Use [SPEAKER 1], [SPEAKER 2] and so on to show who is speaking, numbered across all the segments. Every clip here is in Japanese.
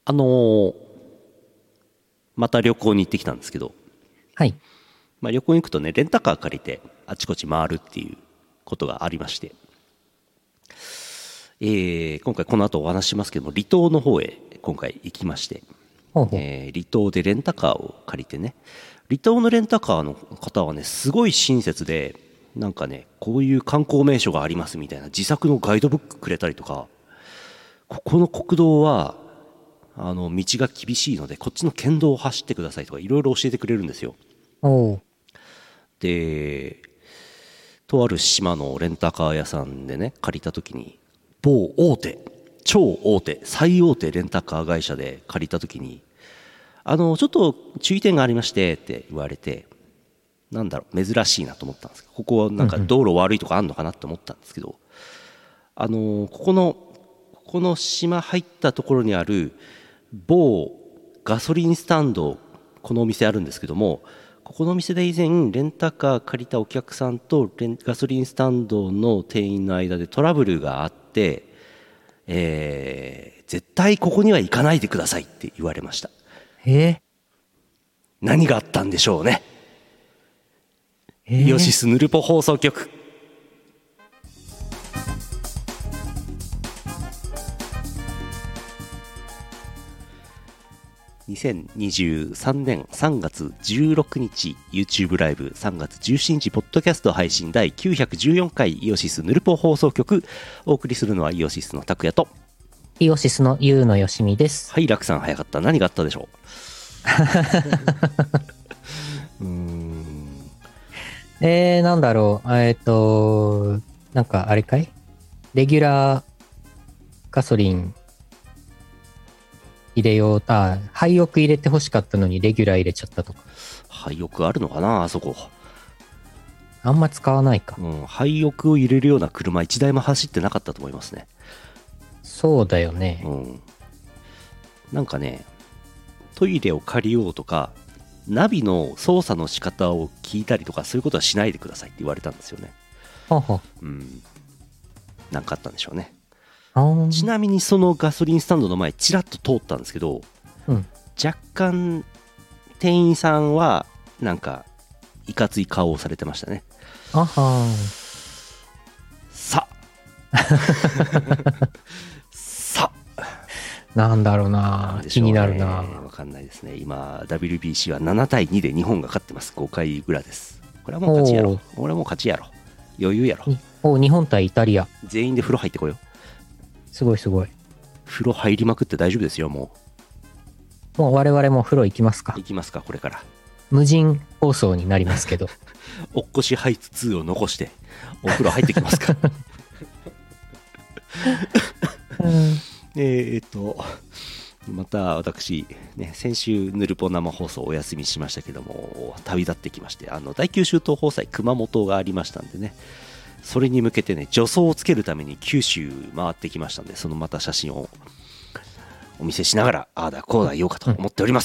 [SPEAKER 1] あのーまた旅行に行ってきたんですけど、
[SPEAKER 2] はい。
[SPEAKER 1] 旅行に行くとね、レンタカー借りてあちこち回るっていうことがありまして、今回この後お話ししますけども、離島の方へ今回行きまして、
[SPEAKER 2] ほうほう。
[SPEAKER 1] 離島でレンタカーを借りてね、離島のレンタカーの方はね、すごい親切で、なんかね、こういう観光名所がありますみたいな自作のガイドブックくれたりとか、ここの国道は道が厳しいのでこっちの県道を走ってくださいとかいろいろ教えてくれるんですよ。
[SPEAKER 2] おう。
[SPEAKER 1] で、とある島のレンタカー屋さんでね、借りた時に某大手、超大手、最大手レンタカー会社で借りた時にちょっと注意点がありましてって言われて、なんだろう、珍しいなと思ったんですけど、ここはなんか道路悪いとかあんのかなと思ったんですけど、この島入ったところにある某ガソリンスタンド、このお店あるんですけども、ここのお店で以前レンタカー借りたお客さんとガソリンスタンドの店員の間でトラブルがあって、絶対ここには行かないでくださいって言われました。何があったんでしょうね。イオシスヌルポ放送局。2023年3月16日 YouTube ライブ、3月17日ポッドキャスト配信第914回イオシスヌルポ放送局。お送りするのはイオシスの拓也と
[SPEAKER 2] イオシスのユウのよしみです。
[SPEAKER 1] はい、楽さん早かった。何があったでしょう。
[SPEAKER 2] なんだろう。なんかあれかい？レギュラーガソリン入れよう。廃屋入れて欲しかったのにレギュラー入れちゃったとか。
[SPEAKER 1] 廃屋あるのかな、あそこ。
[SPEAKER 2] あんま使わないか。
[SPEAKER 1] 廃屋を入れるような車1台も走ってなかったと思いますね。
[SPEAKER 2] そうだよね。
[SPEAKER 1] なんかね、トイレを借りようとかナビの操作の仕方を聞いたりとか、そういうことはしないでくださいって言われたんですよね。なんかあったんでしょうね。ちなみにそのガソリンスタンドの前ちらっと通ったんですけど、若干店員さんはなんかいかつい顔をされてましたね。さ
[SPEAKER 2] なんだろうな、気になるな。
[SPEAKER 1] わかんないですね。今 WBC は7対2で日本が勝ってます。5回裏です。これはもう勝ちやろ。俺はもう勝ちやろ。余裕やろ。
[SPEAKER 2] 日本対イタリア。
[SPEAKER 1] 全員で風呂入ってこよう。
[SPEAKER 2] すごいすごい。
[SPEAKER 1] 風呂入りまくって大丈夫ですよ。も
[SPEAKER 2] う我々も風呂行きますか。
[SPEAKER 1] 行きますか。これから
[SPEAKER 2] 無人放送になりますけど
[SPEAKER 1] おっこしハイツ2を残してお風呂入ってきますかまた私、ね、先週ヌルポ生放送お休みしましたけども、旅立ってきまして、大九州東宝祭熊本がありましたんでね、それに向けてね、助走をつけるために九州回ってきましたんで、そのまた写真をお見せしながら、ああだこうだ言おうかと思っております。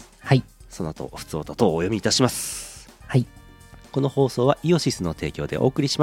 [SPEAKER 2] はい。
[SPEAKER 1] その後、ふつおたとお読みいたします。
[SPEAKER 2] はい。
[SPEAKER 1] この放送はイオシスの提供でお送りします。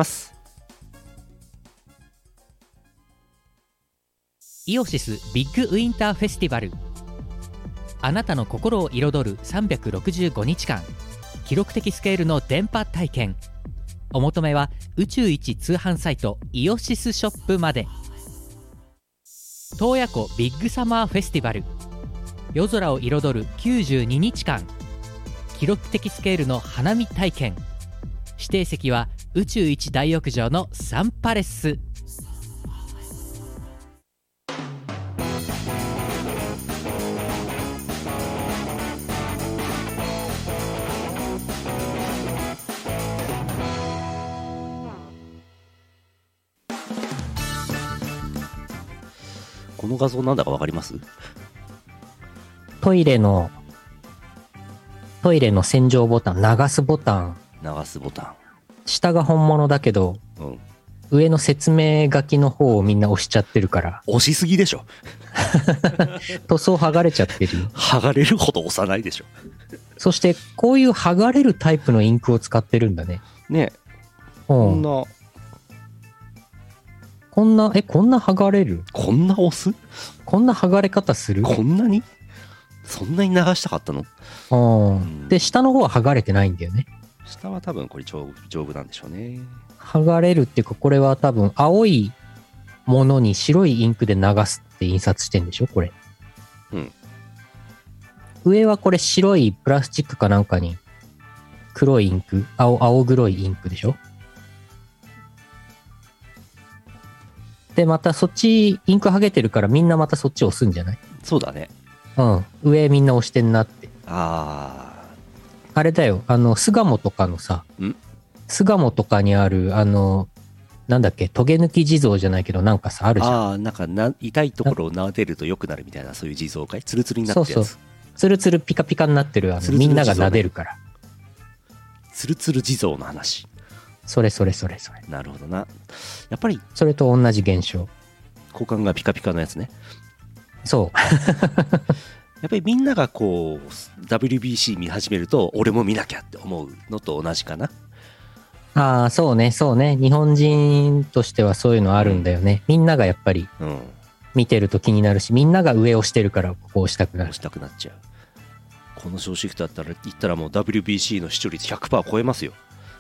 [SPEAKER 3] イオシスビッグウィンターフェスティバル。あなたの心を彩る365日間、記録的スケールの電波体験。お求めは宇宙一通販サイトイオシスショップまで。洞爺湖ビッグサマーフェスティバル。夜空を彩る92日間、記録的スケールの花見体験。指定席は宇宙一大浴場のサンパレス。
[SPEAKER 1] この画像なんだかわかります？
[SPEAKER 2] トイレの洗浄ボタン、流すボタン。下が本物だけど、上の説明書きの方をみんな押しちゃってるから。
[SPEAKER 1] 押しすぎでしょ
[SPEAKER 2] 塗装剥がれちゃってるよ。
[SPEAKER 1] 剥がれるほど押さないでしょ
[SPEAKER 2] そしてこういう剥がれるタイプのインクを使ってるんだね。
[SPEAKER 1] ねえ、こんな
[SPEAKER 2] こんな剥がれる？
[SPEAKER 1] こんな押す？
[SPEAKER 2] こんな剥がれ方する？
[SPEAKER 1] こんなに？そんなに流したかったの？
[SPEAKER 2] で、下の方は剥がれてないんだよね。
[SPEAKER 1] 下は多分これ丈夫なんでしょうね。
[SPEAKER 2] 剥がれるっていうか、これは多分青いものに白いインクで流すって印刷してんでしょこれ。
[SPEAKER 1] うん。
[SPEAKER 2] 上はこれ白いプラスチックかなんかに黒いインク、青黒いインクでしょ。で、またそっちインク剥げてるからみんなまたそっち押すんじゃない？
[SPEAKER 1] そうだね。
[SPEAKER 2] うん。上みんな押してんなって。
[SPEAKER 1] あ
[SPEAKER 2] れだよ。巣鴨とかのさ、巣鴨とかにある、なんだっけ、トゲ抜き地蔵じゃないけど、なんかさ、あるじゃん。
[SPEAKER 1] なんか痛いところを撫でると良くなるみたいな、そういう地蔵かい？ツルツルになってるやつ。
[SPEAKER 2] そうそう。ツルツルピカピカになってる、
[SPEAKER 1] ツルツル
[SPEAKER 2] みんなが撫でるから。
[SPEAKER 1] ツルツル地蔵の話。
[SPEAKER 2] それ。
[SPEAKER 1] なるほどな。やっぱり、
[SPEAKER 2] それと同じ現象。
[SPEAKER 1] 股間がピカピカのやつね。
[SPEAKER 2] そう。
[SPEAKER 1] やっぱりみんながこう WBC 見始めると俺も見なきゃって思うのと同じかな。
[SPEAKER 2] ああ、そうね。日本人としてはそういうのあるんだよね。みんながやっぱり見てると気になるし、みんなが上を押してるからここ押したくなる。
[SPEAKER 1] 押したくなっちゃう。この小シフトだったら言ったらもう WBC の視聴率 100% 超えますよ。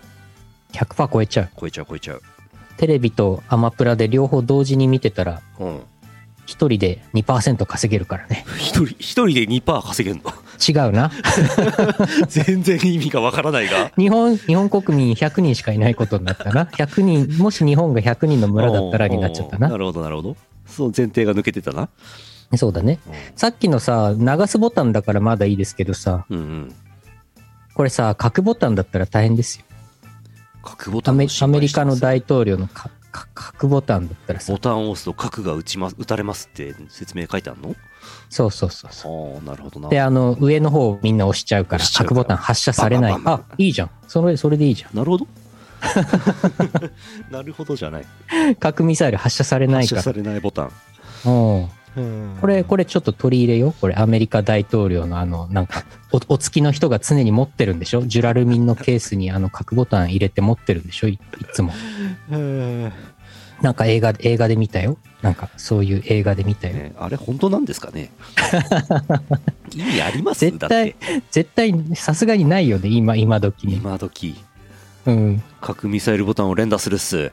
[SPEAKER 2] 100% 超えちゃう。
[SPEAKER 1] 超えちゃう。
[SPEAKER 2] テレビとアマプラで両方同時に見てたら、一人で 2% 稼げるからね。
[SPEAKER 1] 一人で 2% 稼げんの？
[SPEAKER 2] 違うな。
[SPEAKER 1] 全然意味がわからないが。
[SPEAKER 2] 日本国民100人しかいないことになったな。100人、もし日本が100人の村だったらになっちゃったな。
[SPEAKER 1] なるほど。その前提が抜けてたな。
[SPEAKER 2] そうだね。さっきのさ、流すボタンだからまだいいですけどさ、これさ、核ボタンだったら大変ですよ。
[SPEAKER 1] 核ボタンの
[SPEAKER 2] アメリカの大統領の核ボタンだったらさ、
[SPEAKER 1] ボタンを押すと核が撃たれますって説明書いてあるの？
[SPEAKER 2] そう。
[SPEAKER 1] なるほどな。
[SPEAKER 2] で、上の方みんな押しちゃうから、核ボタン発射されない。あ、いいじゃん。それでいいじゃん。
[SPEAKER 1] なるほど。なるほどじゃない。
[SPEAKER 2] 核ミサイル発射されないから。
[SPEAKER 1] 発射されないボタン。
[SPEAKER 2] これちょっと取り入れよう。これアメリカ大統領のなんかお付きの人が常に持ってるんでしょ？ジュラルミンのケースに核ボタン入れて持ってるんでしょ？いつも。なんか映画で見たよ。なんかそういう映画で見たよ。
[SPEAKER 1] あれ本当なんですかね？意味あります？
[SPEAKER 2] 絶対さすがにないよね。今時に。
[SPEAKER 1] 今時。
[SPEAKER 2] 核
[SPEAKER 1] ミサイルボタンを連打するっす。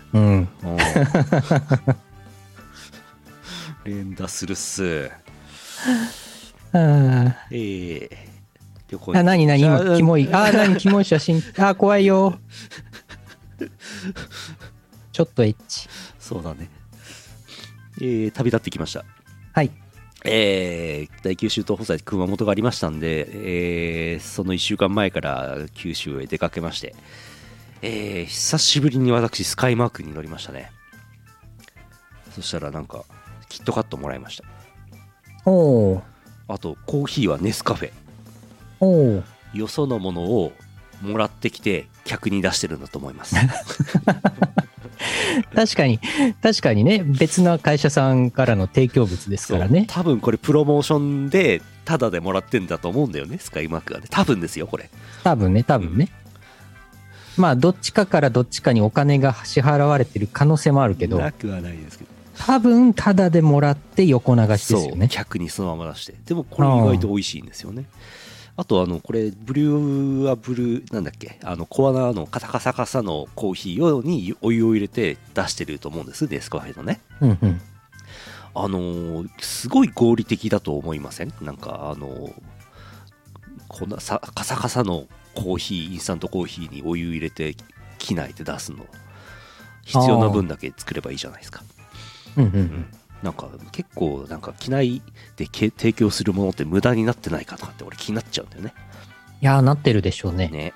[SPEAKER 1] 連打するっす。
[SPEAKER 2] 旅行に。何今キモい。何キモい写真。怖いよ。ちょっとエッチ。
[SPEAKER 1] そうだね。旅立ってきました。
[SPEAKER 2] はい。
[SPEAKER 1] 第九州東宝祭熊本がありましたんで、その1週間前から九州へ出かけまして、久しぶりに私スカイマークに乗りましたね。そしたらなんかキットカットもらいました。あとコーヒーはネスカフェ。よそのものをもらってきて客に出してるんだと思います。
[SPEAKER 2] 確かにね、別の会社さんからの提供物ですからね。
[SPEAKER 1] 多分これプロモーションでタダでもらってんだと思うんだよね、スカイマークがね。多分ですよこれ。
[SPEAKER 2] 多分ね。まあどっちかからどっちかにお金が支払われてる可能性もあるけど、
[SPEAKER 1] なくはないですけど、
[SPEAKER 2] 多分タダでもらって横流しですよね。
[SPEAKER 1] 客にそのまま出して。でもこれ意外と美味しいんですよね。あとこれブリューはブルーなんだっけ、コアナのカサカサのコーヒーにお湯を入れて出してると思うんです、ネスカフェのね。すごい合理的だと思いません？なんかカサカサのコーヒー、インスタントコーヒーにお湯入れて機内で出すの、必要な分だけ作ればいいじゃないですか。なんか結構なんか機内で提供するものって無駄になってないかとかって俺気になっちゃうんだよね。
[SPEAKER 2] いやーなってるでしょうね。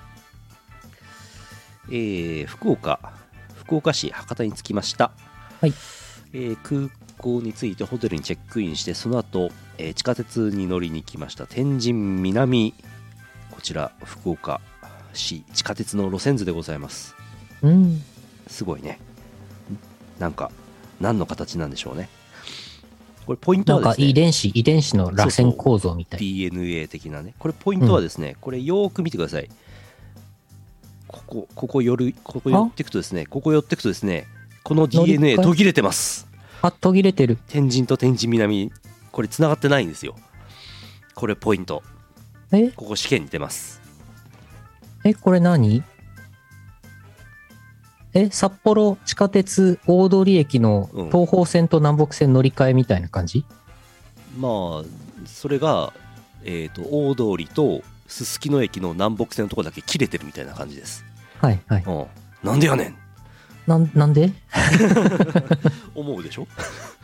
[SPEAKER 1] 福岡市博多に着きました。
[SPEAKER 2] はい。
[SPEAKER 1] 空港に着いてホテルにチェックインして、その後、地下鉄に乗りに来ました。天神南、こちら福岡市地下鉄の路線図でございます。すごいね。なんか何の形なんでしょうね。これポイントはですね、
[SPEAKER 2] なんか遺伝子の螺旋構造みたいな。
[SPEAKER 1] DNA 的なね。これポイントはですね、これよーく見てください。ここ寄っていくとですね、 この DNA 途切れてます。
[SPEAKER 2] あ、途切れてる。
[SPEAKER 1] 天神と天神南、これ繋がってないんですよ。これポイント。ここ試験に出ます。
[SPEAKER 2] これ何？札幌地下鉄大通駅の東方線と南北線乗り換えみたいな感じ？
[SPEAKER 1] まあそれが、大通りとすすきの駅の南北線のところだけ切れてるみたいな感じです。
[SPEAKER 2] はいはい。
[SPEAKER 1] なんでやねん。
[SPEAKER 2] なんで
[SPEAKER 1] 思うでしょ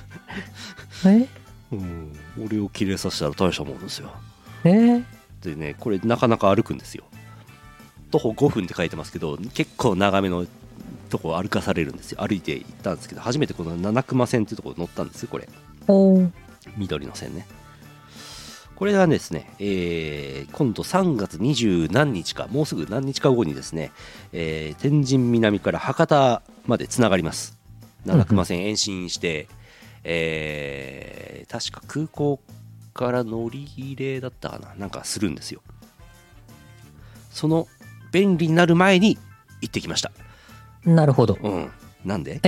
[SPEAKER 1] 俺を切れさせたら大したもんですよ。でね、これなかなか歩くんですよ。徒歩5分って書いてますけど、結構長めのとこ歩かされるんですよ。歩いて行ったんですけど、初めてこの七熊線っていうところ乗ったんですよ。これ緑の線ね。これがですね、今度3月20何日か、もうすぐ何日か後にですね、天神南から博多までつながります。七熊線延伸して、確か空港から乗り入れだったかな、なんかするんですよ。その便利になる前に行ってきました。
[SPEAKER 2] なるほど。
[SPEAKER 1] なんで？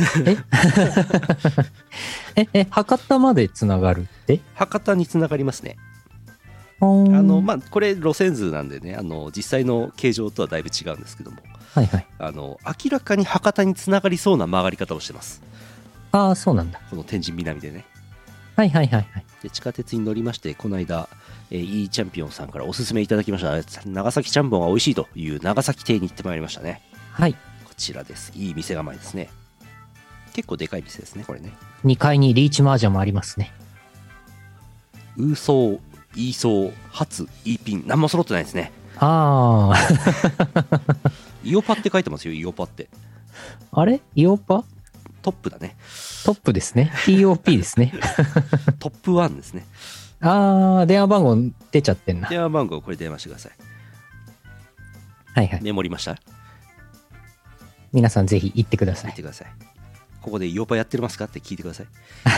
[SPEAKER 2] 博多までつながるって？
[SPEAKER 1] 博多につながりますね。まあこれ路線図なんでね、実際の形状とはだいぶ違うんですけども、
[SPEAKER 2] はいはい、
[SPEAKER 1] 明らかに博多につながりそうな曲がり方をしてます。
[SPEAKER 2] ああ、そうなんだ。
[SPEAKER 1] この天神南でね。
[SPEAKER 2] はいはいはいはい。
[SPEAKER 1] で地下鉄に乗りまして、この間、いいチャンピオンさんからおすすめいただきました長崎ちゃんぽんが美味しいという長崎亭に行ってまいりましたね。
[SPEAKER 2] はい、
[SPEAKER 1] こちらです。いい店構えですね。結構でかい店ですね、これね。
[SPEAKER 2] 2階にリーチマージャンもありますね。
[SPEAKER 1] ウーソー、イーソー、ハツ、イーピン、何も揃ってないですね。
[SPEAKER 2] ああ
[SPEAKER 1] イオパって書いてますよ。イオパって。
[SPEAKER 2] あれイオパ？
[SPEAKER 1] トップだね。
[SPEAKER 2] トップですね。 TOP ですね
[SPEAKER 1] トップ1ですね。
[SPEAKER 2] ああ、電話番号出ちゃってんな。
[SPEAKER 1] 電話番号これ電話してください。
[SPEAKER 2] はいはい。
[SPEAKER 1] メモりました。
[SPEAKER 2] 皆さんぜひ行ってください。
[SPEAKER 1] 行ってください。ここでイオパやってますかって聞いてください。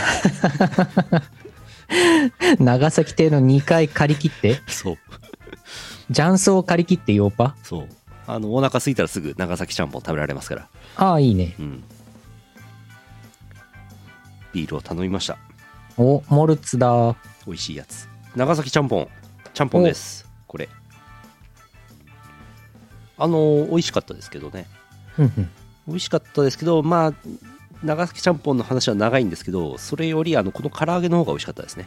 [SPEAKER 2] 長崎亭の2階借り切って。
[SPEAKER 1] そう
[SPEAKER 2] 雀荘借り切ってイオパ。
[SPEAKER 1] そう、お腹空いたらすぐ長崎ちゃんぽん食べられますから。
[SPEAKER 2] ああ、いいね。
[SPEAKER 1] ビールを頼みました。
[SPEAKER 2] お、モルツだ。
[SPEAKER 1] 美味しいやつ、長崎ちゃんぽんです。これ美味しかったですけどね。美味しかったですけど、まあ長崎ちゃんぽんの話は長いんですけど、それよりこの唐揚げの方が美味しかったですね。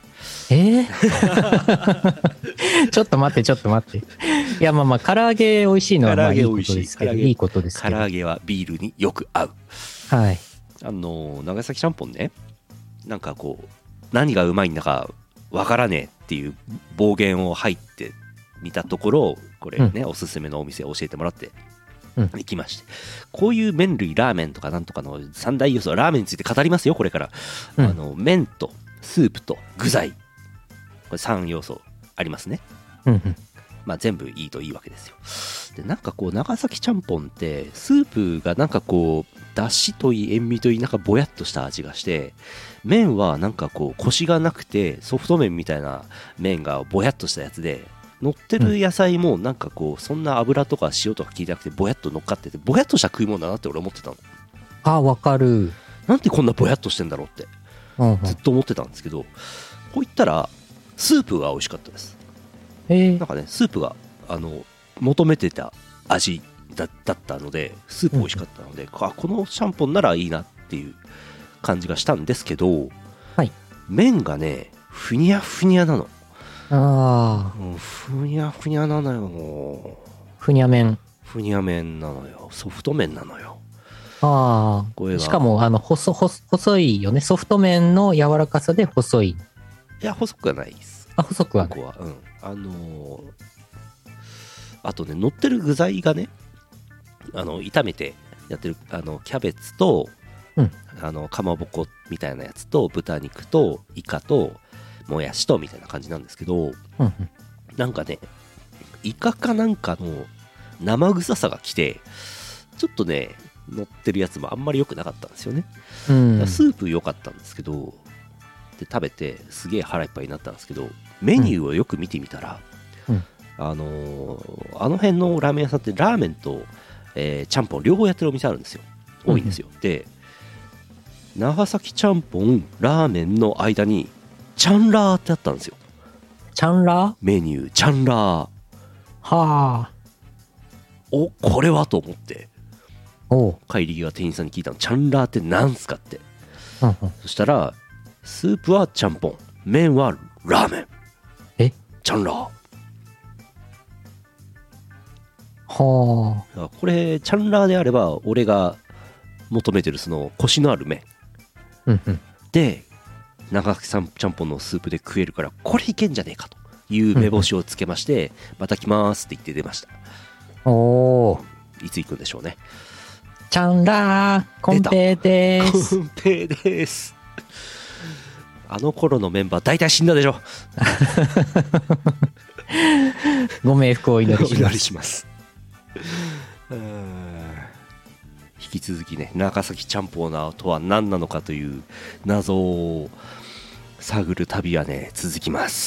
[SPEAKER 2] ちょっと待って、いや、まあまあ唐揚げ美味しいのはまあいいことですけど、いいことですけど、
[SPEAKER 1] 唐揚げはビールによく合う。
[SPEAKER 2] はい。
[SPEAKER 1] 長崎ちゃんぽんね、なんかこう何がうまいんだかわからねえっていう暴言を吐いてみたところ、これね、おすすめのお店を教えてもらって行きまして、こういう麺類、ラーメンとかなんとかの三大要素、ラーメンについて語りますよこれから。麺とスープと具材、これ3要素ありますね。まあ全部いいといいわけですよ。でなんかこう長崎ちゃんぽんってスープがなんかこうだしといい塩味といい、なんかぼやっとした味がして、麺はなんかこうコシがなくてソフト麺みたいな麺がぼやっとしたやつで、乗ってる野菜もなんかこうそんな油とか塩とか効いてなくてぼやっと乗っかってて、ぼやっとした食い物だなって俺思ってたの。
[SPEAKER 2] あ、わかる。
[SPEAKER 1] なんでこんなぼやっとしてんだろうってずっと思ってたんですけど、こう言ったらスープが美味しかったです。なんかね、スープが求めてた味だったので、スープ美味しかったので、このちゃんぽんならいいなっていう感じがしたんですけど、麺がねふにゃふにゃなの。ふにゃふにゃなのよ。
[SPEAKER 2] ふにゃ麺
[SPEAKER 1] なのよ。ソフト麺なのよ。
[SPEAKER 2] しかも細いよね。ソフト麺の柔らかさで細い。
[SPEAKER 1] いや細くはないです。
[SPEAKER 2] 細くはない。
[SPEAKER 1] ここはあとね、乗ってる具材がね、炒めてやってるキャベツと、かまぼこみたいなやつと豚肉とイカともやしとみたいな感じなんですけど、なんかねイカかなんかの生臭さがきて、ちょっとね乗ってるやつもあんまり良くなかったんですよね。スープ良かったんですけど、で食べてすげえ腹いっぱいになったんですけど、メニューをよく見てみたら、あの辺のラーメン屋さんってラーメンと、ちゃんぽん両方やってるお店あるんですよ。多いんですよ。で長崎ちゃんぽんラーメンの間にチャンラーってあったんですよ。
[SPEAKER 2] チャンラー
[SPEAKER 1] メニューチャンラー。
[SPEAKER 2] はあ。
[SPEAKER 1] お、これはと思って
[SPEAKER 2] おう。
[SPEAKER 1] 帰り際店員さんに聞いたの、チャンラーってなんすかって。
[SPEAKER 2] うんうん。
[SPEAKER 1] そしたらスープはちゃんぽん、麺はラーメン、
[SPEAKER 2] え
[SPEAKER 1] チャンラー。
[SPEAKER 2] は
[SPEAKER 1] これチャンラーであれば俺が求めてるそのコシのある麺
[SPEAKER 2] あ。うんうん。
[SPEAKER 1] で長崎さんちゃんぽんのスープで食えるから、これいけんじゃねえかという目星をつけまして、また来ますって言って出ました。
[SPEAKER 2] おー。
[SPEAKER 1] いつ行くんでしょうね。
[SPEAKER 2] チャンラー、コンペイでーす。
[SPEAKER 1] コンペイです。あの頃のメンバー大体死んだでしょ。
[SPEAKER 2] ご冥福をお祈りし
[SPEAKER 1] お祈り
[SPEAKER 2] ます。
[SPEAKER 1] します。引き続きね、長崎ちゃんぽんとは何なのかという謎を探る旅はね続きます。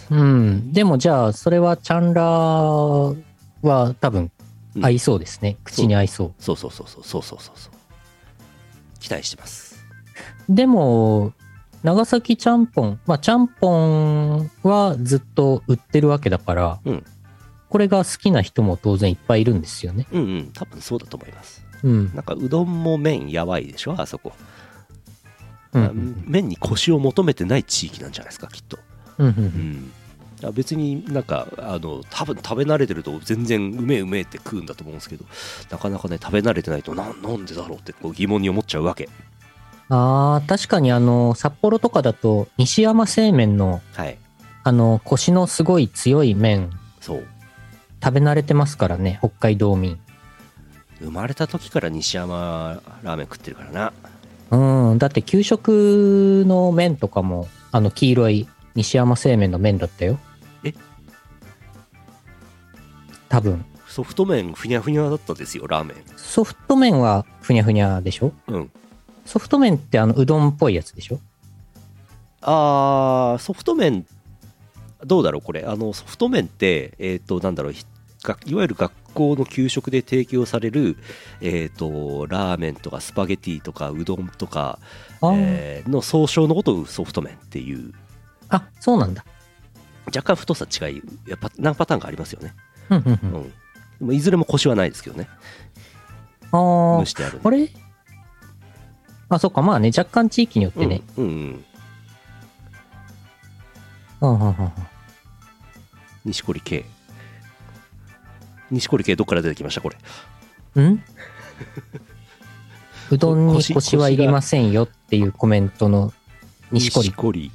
[SPEAKER 2] うん。でもじゃあ、それはチャンラーは多分合いそうですね。口に合いそう。
[SPEAKER 1] そう期待してます。
[SPEAKER 2] でも、長崎ちゃんぽん、まあ、ちゃんぽんはずっと売ってるわけだから、
[SPEAKER 1] うん
[SPEAKER 2] これが好きな人も当然いっぱいいるんですよね。
[SPEAKER 1] うんうん、多分そうだと思います。
[SPEAKER 2] うん。
[SPEAKER 1] なんかうどんも麺やばいでしょあそこ。
[SPEAKER 2] うん
[SPEAKER 1] 麺にコシを求めてない地域なんじゃないですかきっと。
[SPEAKER 2] うんうんう
[SPEAKER 1] うんん、だから別になんか多分食べ慣れてると全然うめえって食うんだと思うんですけど、なかなかね食べ慣れてないとなんでだろうってこう疑問に思っちゃうわけ。
[SPEAKER 2] ああ、確かに札幌とかだと西山製麺の
[SPEAKER 1] はい、
[SPEAKER 2] コシのすごい強い麺
[SPEAKER 1] そう
[SPEAKER 2] 食べ慣れてますからね、北海道民。
[SPEAKER 1] 生まれた時から西山ラーメン食ってるからな。
[SPEAKER 2] うん。だって給食の麺とかも黄色い西山製麺の麺だったよ。
[SPEAKER 1] え
[SPEAKER 2] 多分。
[SPEAKER 1] ソフト麺ふにゃふにゃだったですよラーメン。
[SPEAKER 2] ソフト麺はふにゃふにゃでしょ？
[SPEAKER 1] うん。
[SPEAKER 2] ソフト麺ってうどんっぽいやつでしょ？
[SPEAKER 1] ソフト麺どうだろうこれソフト麺ってなんだろういわゆる学校の給食で提供されるラーメンとかスパゲティとかうどんとか、の総称のことをソフト麺っていう。
[SPEAKER 2] あ、そうなんだ。
[SPEAKER 1] 若干太さ違いやっぱ何パターンかありますよね。
[SPEAKER 2] うんうんう。
[SPEAKER 1] うんん。でもいずれもコシはないですけどね。
[SPEAKER 2] あ
[SPEAKER 1] 蒸してあるんで
[SPEAKER 2] あ、あれ？あ、そっか、まあね、若干地域によってね。
[SPEAKER 1] うんうんうん。
[SPEAKER 2] うんうんうん。
[SPEAKER 1] 錦織圭どっから出てきましたこれ。
[SPEAKER 2] んうどんにコシはいりませんよっていうコメントの錦織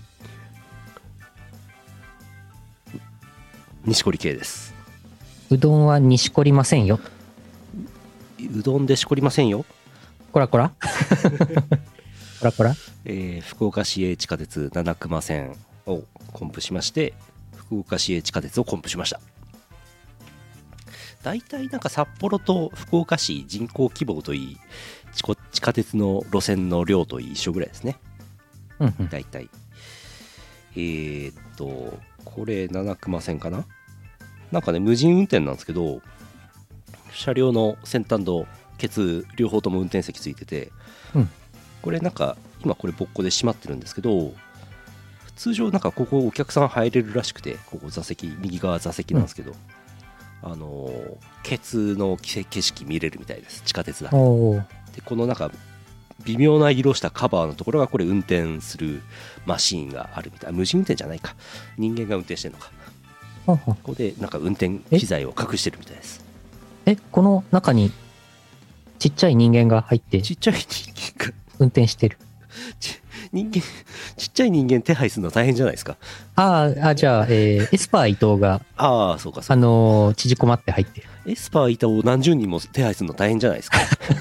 [SPEAKER 1] 圭です。
[SPEAKER 2] うどんは錦織ませんよ。
[SPEAKER 1] うどんでしこりませんよ。
[SPEAKER 2] こらこらこらこら。
[SPEAKER 1] 福岡市営地下鉄七熊線をコンプしまして、福岡市営地下鉄をコンプしました。大体なんか札幌と福岡市人口規模といい地下鉄の路線の量といい一緒ぐらいですね。
[SPEAKER 2] うんうん。
[SPEAKER 1] 大体これ七熊線かな。なんかね無人運転なんですけど、車両の先端とケツ両方とも運転席ついてて、
[SPEAKER 2] うん、
[SPEAKER 1] これなんか今これボッコで閉まってるんですけど、通常なんかここお客さん入れるらしくて、ここ座席右側座席なんですけど、ケツの景色見れるみたいです、地下鉄だ。
[SPEAKER 2] おー。
[SPEAKER 1] でこのなんか微妙な色したカバーのところがこれ運転するマシーンがあるみたい。無人運転じゃないか、人間が運転してるのか。
[SPEAKER 2] はんはん。
[SPEAKER 1] ここでなんか運転機材を隠してるみたいです。
[SPEAKER 2] この中にちっちゃい人間が入って
[SPEAKER 1] ちっちゃい人間が
[SPEAKER 2] 運転してる。
[SPEAKER 1] ちっちゃい人間手配するの大変じゃないですか。
[SPEAKER 2] じゃあ、エスパー伊藤が、
[SPEAKER 1] ああそうか
[SPEAKER 2] 縮こまって入ってる。
[SPEAKER 1] エスパー板を何十人も手配するの大変じゃないですか。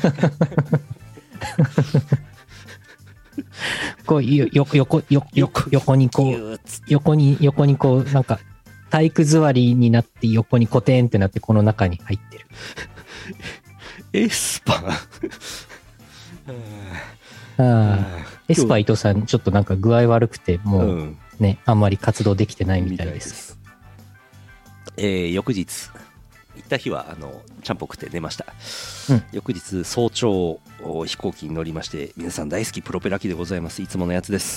[SPEAKER 2] こう横にこう横にこうなんか体育座りになって横にコテンってなってこの中に入ってる。
[SPEAKER 1] エスパ
[SPEAKER 2] エスパー伊藤さんちょっとなんか具合悪くてもうね、あんまり活動できてないみたいです。
[SPEAKER 1] 翌日った日はちゃんぽん食って寝ました、
[SPEAKER 2] うん
[SPEAKER 1] 翌日早朝飛行機に乗りまして、皆さん大好きプロペラ機でございます。いつものやつです。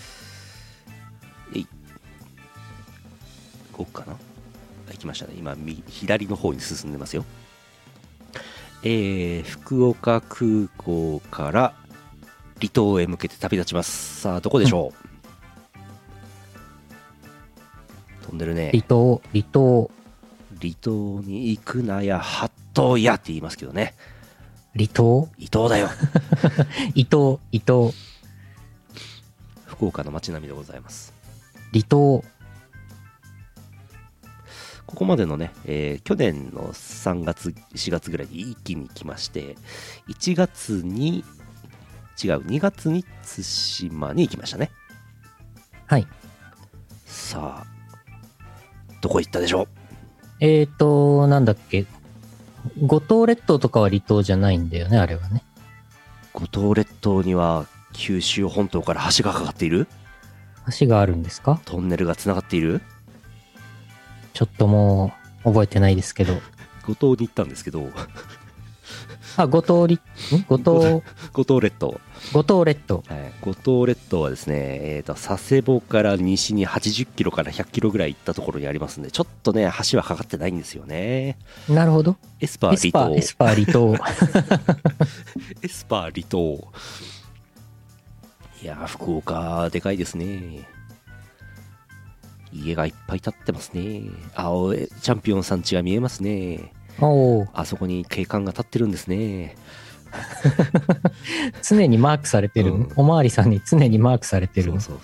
[SPEAKER 1] 動くかな。行きましたね。今左の方に進んでますよ。福岡空港から離島へ向けて旅立ちます。さあどこでしょう、飛んでるね。
[SPEAKER 2] 離島
[SPEAKER 1] に行くなや八島やって言いますけどね。
[SPEAKER 2] 離島
[SPEAKER 1] 伊東だよ。
[SPEAKER 2] 伊東
[SPEAKER 1] 福岡の街並みでございます。
[SPEAKER 2] 離島。
[SPEAKER 1] ここまでのね、去年の3月4月ぐらいに一気に来まして、2月に対馬に行きましたね。
[SPEAKER 2] はい。
[SPEAKER 1] さあどこ行ったでしょ
[SPEAKER 2] う。なんだっけ、五島列島とかは離島じゃないんだよね、あれはね。
[SPEAKER 1] 五島列島には九州本島から橋がかかっている。
[SPEAKER 2] 橋があるんですか？
[SPEAKER 1] トンネルがつながっている。
[SPEAKER 2] ちょっともう覚えてないですけど。
[SPEAKER 1] 五島に行ったんですけど
[SPEAKER 2] 五島列島。
[SPEAKER 1] 五島列島、
[SPEAKER 2] 五島列島。
[SPEAKER 1] はい、五島列島はですね、佐世保から西に80キロから100キロぐらい行ったところにありますんで、ちょっとね橋はかかってないんですよね。
[SPEAKER 2] なるほど。
[SPEAKER 1] エスパー離島。
[SPEAKER 2] エスパー離島。
[SPEAKER 1] エスパー離島。いやー、福岡でかいですね。家がいっぱい建ってますね。青チャンピオンさん家が見えますね。
[SPEAKER 2] おー、
[SPEAKER 1] あそこに警官が立ってるんですね。
[SPEAKER 2] 常にマークされてる、
[SPEAKER 1] うん、
[SPEAKER 2] おまわりさんに常にマークされてる。
[SPEAKER 1] そう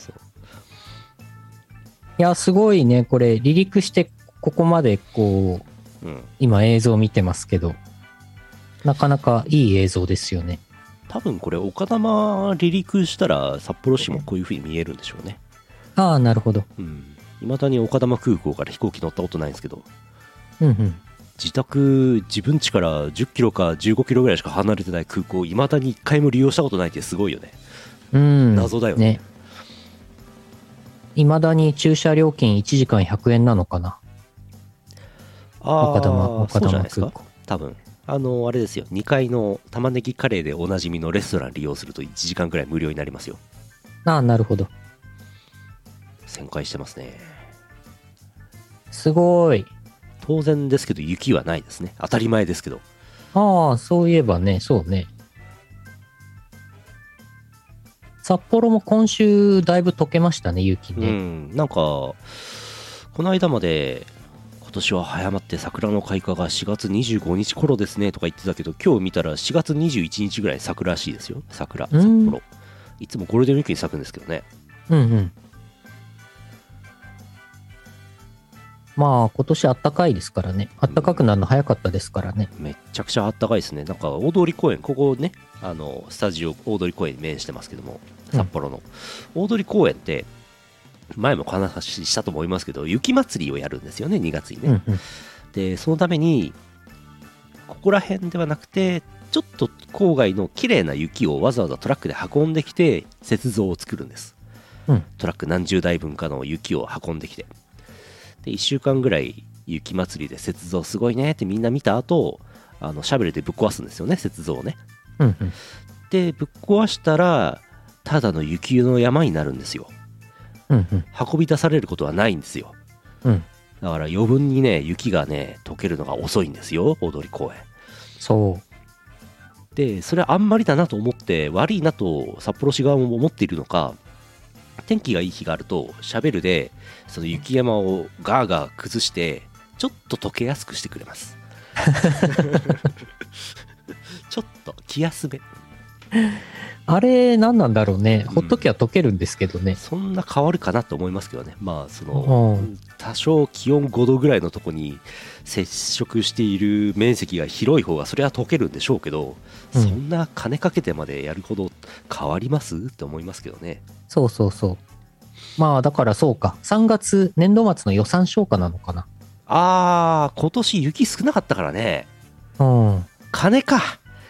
[SPEAKER 2] いや、すごいね。これ離陸してここまでこう、今映像見てますけど、なかなかいい映像ですよね。
[SPEAKER 1] 多分これ丘珠離陸したら札幌市もこういう風に見えるんでしょうね。
[SPEAKER 2] ああ、なるほど。
[SPEAKER 1] 未だに丘珠空港から飛行機乗ったことないんですけど、自分家から10キロか15キロぐらいしか離れてない空港、未だに1回も利用したことないってすごいよね。謎だよね。
[SPEAKER 2] 未だに駐車料金1時間100円なのかな。丘珠空港。
[SPEAKER 1] 多分あれですよ、2階の玉ねぎカレーでおなじみのレストラン利用すると1時間くらい無料になりますよ。
[SPEAKER 2] ああ、なるほど。
[SPEAKER 1] 旋回してますね。
[SPEAKER 2] すごい。
[SPEAKER 1] 当然ですけど雪はないですね。当たり前ですけど。
[SPEAKER 2] ああ、そういえばね、そうね。札幌も今週だいぶ溶けましたね、雪ね。
[SPEAKER 1] なんかこの間まで今年は早まって桜の開花が4月25日頃ですねとか言ってたけど、今日見たら4月21日ぐらい咲くらしいですよ。桜、札幌。いつもゴールデンウィークに咲くんですけどね。
[SPEAKER 2] まあ今年あったかいですからね。あったかくなるの早かったですからね。
[SPEAKER 1] めっちゃくちゃあったかいですね。なんか大通公園、ここね、スタジオ大通公園に面してますけども、札幌の、大通公園って前も話したと思いますけど、雪祭りをやるんですよね、2月にね。でそのためにここら辺ではなくて、ちょっと郊外の綺麗な雪をわざわざトラックで運んできて雪像を作るんです。トラック何十台分かの雪を運んできて、で1週間ぐらい雪祭りで雪像すごいねってみんな見た後、シャベルでぶっ壊すんですよね、雪像をね。でぶっ壊したらただの雪の山になるんですよ。運び出されることはないんですよ。だから余分にね雪がね溶けるのが遅いんですよ、大通公園。
[SPEAKER 2] そう
[SPEAKER 1] でそれはあんまりだなと思って、悪いなと札幌市側も思っているのか、天気がいい日があるとシャベルでその雪山をガーガー崩してちょっと溶けやすくしてくれます。ちょっと気休め。
[SPEAKER 2] あれ何なんだろうね。ほっときゃ溶けるんですけどね。
[SPEAKER 1] そんな変わるかなと思いますけどね。まあその多少気温5度ぐらいのとこに接触している面積が広い方がそれは溶けるんでしょうけど、そんな金かけてまでやるほど変わりますって思いますけどね。
[SPEAKER 2] そうそうそう。まあだからそうか、3月年度末の予算消化なのかな。
[SPEAKER 1] 今年雪少なかったからね。金か。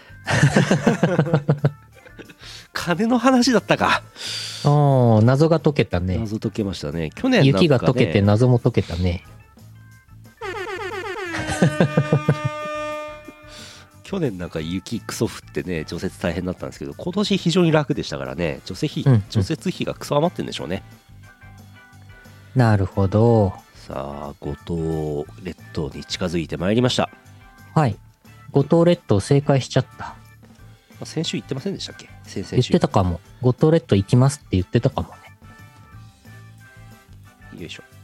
[SPEAKER 1] 金の話だったか。
[SPEAKER 2] 謎が解けたね。
[SPEAKER 1] 謎解けましたね。去年なんかね、
[SPEAKER 2] 雪が解けて謎も解けたね。
[SPEAKER 1] 去年なんか雪クソ降ってね除雪大変だったんですけど、今年非常に楽でしたからね、除雪費がクソ余ってるんでしょうね。
[SPEAKER 2] なるほど。
[SPEAKER 1] さあ五島列島に近づいてまいりました。
[SPEAKER 2] はい。五島列島正解しちゃった。
[SPEAKER 1] 先週言ってませんでしたっけ？先々週
[SPEAKER 2] 言ってたかも。五島列島行きますって言ってたかもね。
[SPEAKER 1] よいしょ。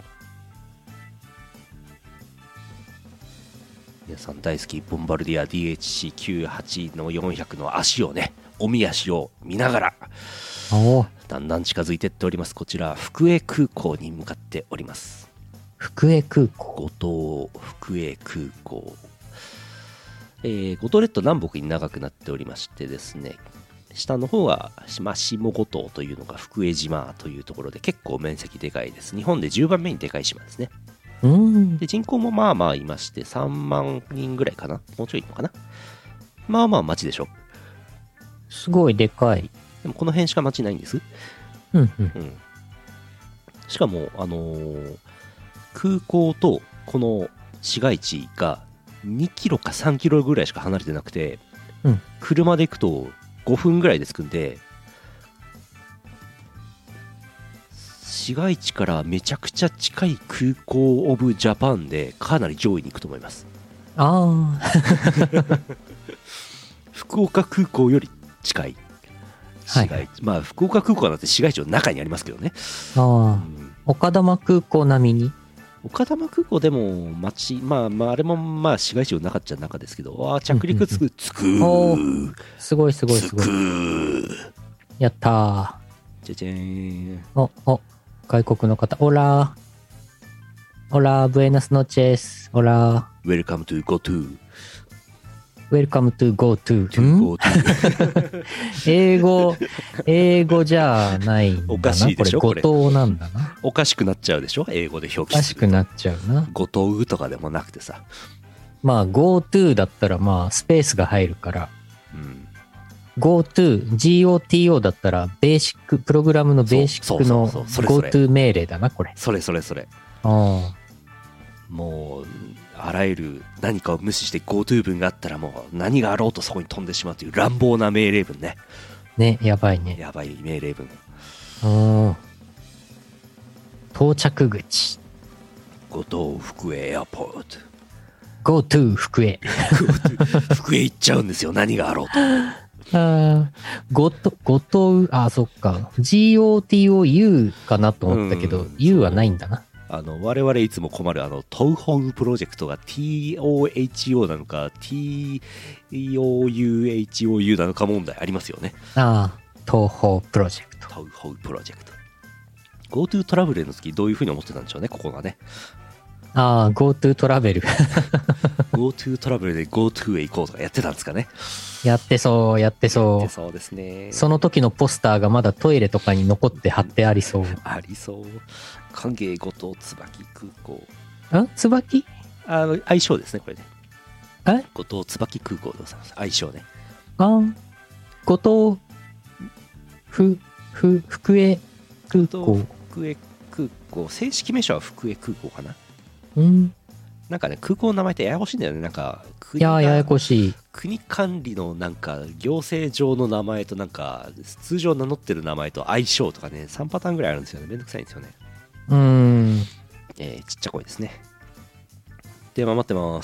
[SPEAKER 1] 皆さん大好きボンバルディア DHC98 の400の足をね、おみ足を見ながらだんだん近づいてっております。こちら福江空港に向かっております。
[SPEAKER 2] 福江空港、
[SPEAKER 1] 五島福江空港、五島列島南北に長くなっておりましてですね、下の方は下五島というのが福江島というところで結構面積でかいです。日本で10番目にでかい島ですね。で人口もまあまあいまして3万人ぐらいかな、もうちょいいるのかな。まあまあ町でしょ。
[SPEAKER 2] すごいでかい。
[SPEAKER 1] でもこの辺しか町ないんです。しかも空港とこの市街地が2キロか3キロぐらいしか離れてなくて、車で行くと5分ぐらいで着くんで、市街地からめちゃくちゃ近い空港オブジャパンでかなり上位に行くと思います。福岡空港より近い市街地、まあ福岡空港なんて市街地の中にありますけどね。
[SPEAKER 2] 丘珠空港並みに。
[SPEAKER 1] 丘珠空港でも町、まああれもまあ市街地の中っちゃ中ですけど、着陸つく
[SPEAKER 2] すごいすごいすごい。やったー。
[SPEAKER 1] じゃじゃーん。
[SPEAKER 2] 外国の方、オラブエナスノチェス、オラ
[SPEAKER 1] Welcome to GoTo
[SPEAKER 2] Welcome to GoTo 英語じゃないんだな。
[SPEAKER 1] おかしいでしょ
[SPEAKER 2] これ五島なんだな。
[SPEAKER 1] おかしくなっちゃうでしょ、英語で表記すると。
[SPEAKER 2] おかしくなっちゃうな。
[SPEAKER 1] GoToとかでもなくてさ、
[SPEAKER 2] まあ GoTo だったらまあスペースが入るから、GoTo だったらベーシックプログラムのベーシックの GoTo 命令だな、これ。
[SPEAKER 1] それもうあらゆる何かを無視して GoTo 文があったらもう何があろうとそこに飛んでしまうという乱暴な命令文ね。
[SPEAKER 2] やばいね。
[SPEAKER 1] やばい命令文。
[SPEAKER 2] 到着口。
[SPEAKER 1] 五島福江エアポート。
[SPEAKER 2] GoTo 福江。
[SPEAKER 1] 福江行っちゃうんですよ、何があろうと。
[SPEAKER 2] ごと、そっか。GOTOU かなと思ったけど、U はないんだな。
[SPEAKER 1] 我々いつも困るトウホウプロジェクトが TOHO なのか TOUHOU なのか問題ありますよね。
[SPEAKER 2] トウホウプロジェクト。
[SPEAKER 1] トウホウプロジェクト。GoTo トラベルの時どういう風に思ってたんでしょうね、ここがね。
[SPEAKER 2] GoTo トラベル。
[SPEAKER 1] GoTo トラベルで GoTo へ行こうとかやってたんですかね。
[SPEAKER 2] やってそう
[SPEAKER 1] そうですね。
[SPEAKER 2] その時のポスターがまだトイレとかに残って貼ってありそう。
[SPEAKER 1] ありそう。歓迎五島椿空港。
[SPEAKER 2] 椿？
[SPEAKER 1] 愛称ですね、これね。五島椿空港でございます。愛称ね。
[SPEAKER 2] 五島福江空港。
[SPEAKER 1] 福江空港。正式名称は福江空港かな。なんかね、空港の名前ってややこしいんだよね。なんか
[SPEAKER 2] ややこしい。
[SPEAKER 1] 国管理のなんか行政上の名前となんか通常名乗ってる名前と愛称とかね、3パターンぐらいあるんですよね。めんどくさいんですよね。ちっちゃい声ですね。電話待ってます。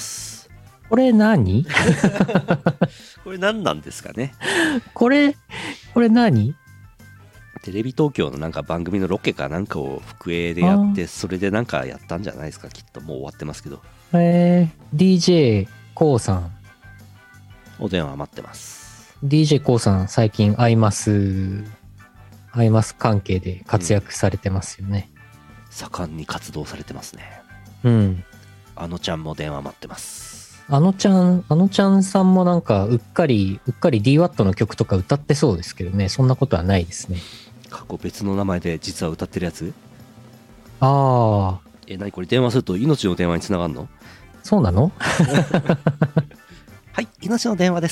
[SPEAKER 2] これ何？
[SPEAKER 1] これ何なんですかね。
[SPEAKER 2] これ何？
[SPEAKER 1] テレビ東京のなんか番組のロケかなんかを福江でやって、それでなんかやったんじゃないですか、きっと。もう終わってますけど。
[SPEAKER 2] DJ コウさん。
[SPEAKER 1] お電話待ってます。
[SPEAKER 2] DJ コウさん、最近アイマス関係で活躍されてますよね。
[SPEAKER 1] 盛んに活動されてますね。あのちゃんも電話待ってます。
[SPEAKER 2] あのちゃんさんもなんかうっかり DWAT の曲とか歌ってそうですけどね。そんなことはないですね。
[SPEAKER 1] 過去別の名前で実は歌ってるやつ？
[SPEAKER 2] 何
[SPEAKER 1] これ電話すると命の電話につながるの？
[SPEAKER 2] そうなの？
[SPEAKER 1] はい、命の電話です。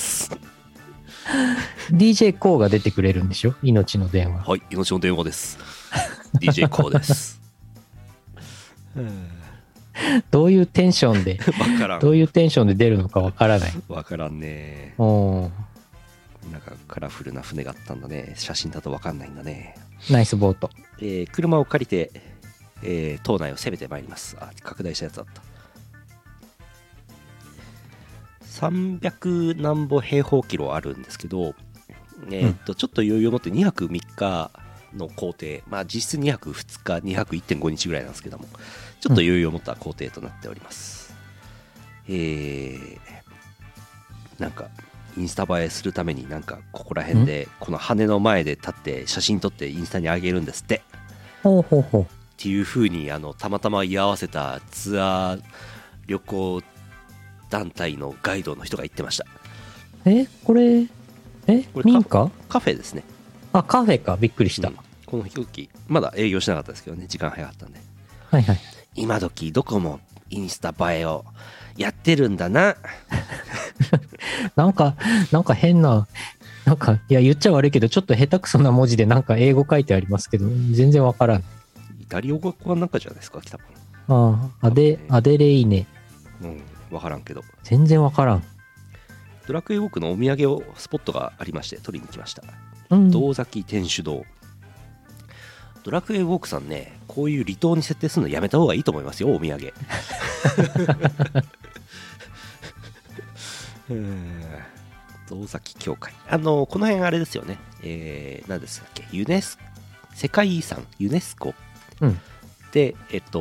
[SPEAKER 2] DJ コウが出てくれるんでしょ？命の電話。
[SPEAKER 1] はい、命の電話です。DJ コウです。
[SPEAKER 2] どういうテンションで、
[SPEAKER 1] 分からん
[SPEAKER 2] どういうテンションで出るのかわからない。
[SPEAKER 1] 分からんね。
[SPEAKER 2] おー、
[SPEAKER 1] なんかカラフルな船があったんだね。写真だと分かんないんだね。
[SPEAKER 2] ナイスボート。
[SPEAKER 1] 車を借りて、島内を攻めてまいります。あ、拡大したやつだった。300何歩平方キロあるんですけど、ちょっと余裕を持って2泊3日の行程、まあ実質2泊2日、2泊 1.5 日ぐらいなんですけども、ちょっと余裕を持った行程となっております。なんかインスタ映えするためになんかここら辺でこの羽の前で立って写真撮ってインスタに上げるんですって。
[SPEAKER 2] ほうほうほう。
[SPEAKER 1] っていう風にたまたま居合わせたツアー旅行団体のガイドの人が言ってました。
[SPEAKER 2] これ民家？
[SPEAKER 1] カフェですね。
[SPEAKER 2] あ、カフェか。びっくりした。
[SPEAKER 1] この飛行機まだ営業しなかったですけどね、時間早かったんで。
[SPEAKER 2] はいはい。
[SPEAKER 1] 今時どこもインスタ映えをやってるんだな。
[SPEAKER 2] なんか変な、いや言っちゃ悪いけど、ちょっと下手くそな文字でなんか英語書いてありますけど、全然わからん。
[SPEAKER 1] イタリア語かなんかじゃないですか、来たも
[SPEAKER 2] ああ、アデレイネ。
[SPEAKER 1] わからんけど。
[SPEAKER 2] 全然わからん。
[SPEAKER 1] ドラクエウォークのお土産をスポットがありまして取りに来ました。堂崎天主堂。ドラクエウォークさんね、こういう離島に設定するのやめた方がいいと思いますよ、お土産。堂崎教会。この辺あれですよね。何ですかっけ、世界遺産ユネスコ、で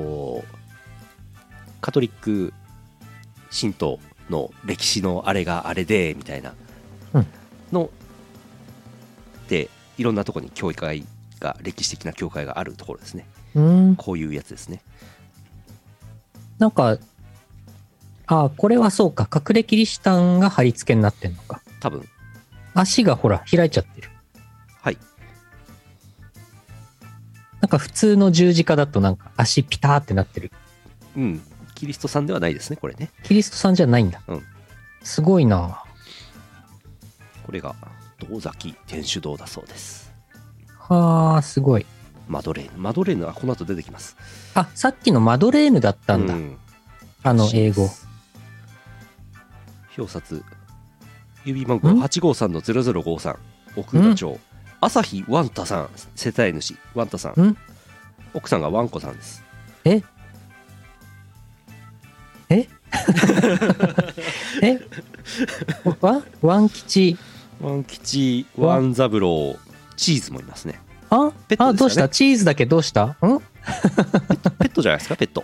[SPEAKER 1] カトリック神道の歴史のあれがあれでみたいなの、でいろんなところに教会が、歴史的な教会があるところですね。こういうやつですね。
[SPEAKER 2] なんか、これはそうか、隠れキリシタンが貼り付けになってんのか。
[SPEAKER 1] 多分。
[SPEAKER 2] 足がほら開いちゃってる。
[SPEAKER 1] はい。
[SPEAKER 2] なんか普通の十字架だとなんか足ピターってなってる。
[SPEAKER 1] キリストさんではないですね、これね。
[SPEAKER 2] キリストさんじゃないんだ。すごいな。
[SPEAKER 1] これが堂崎天主堂だそうです。
[SPEAKER 2] はあ、すごい。
[SPEAKER 1] マドレーヌはこの後出てきます。
[SPEAKER 2] あ、さっきのマドレーヌだったんだ。英語。
[SPEAKER 1] 表札。郵便番号 853-0053 奥浦町。朝日ワンタさん、世帯主ワンタさん。奥さんがワンコさんです。
[SPEAKER 2] ワン吉
[SPEAKER 1] ワンザブロー、チーズもいますね。ペットですかね。
[SPEAKER 2] どうした？チーズだけどうした？
[SPEAKER 1] ペットじゃないですか、ペット。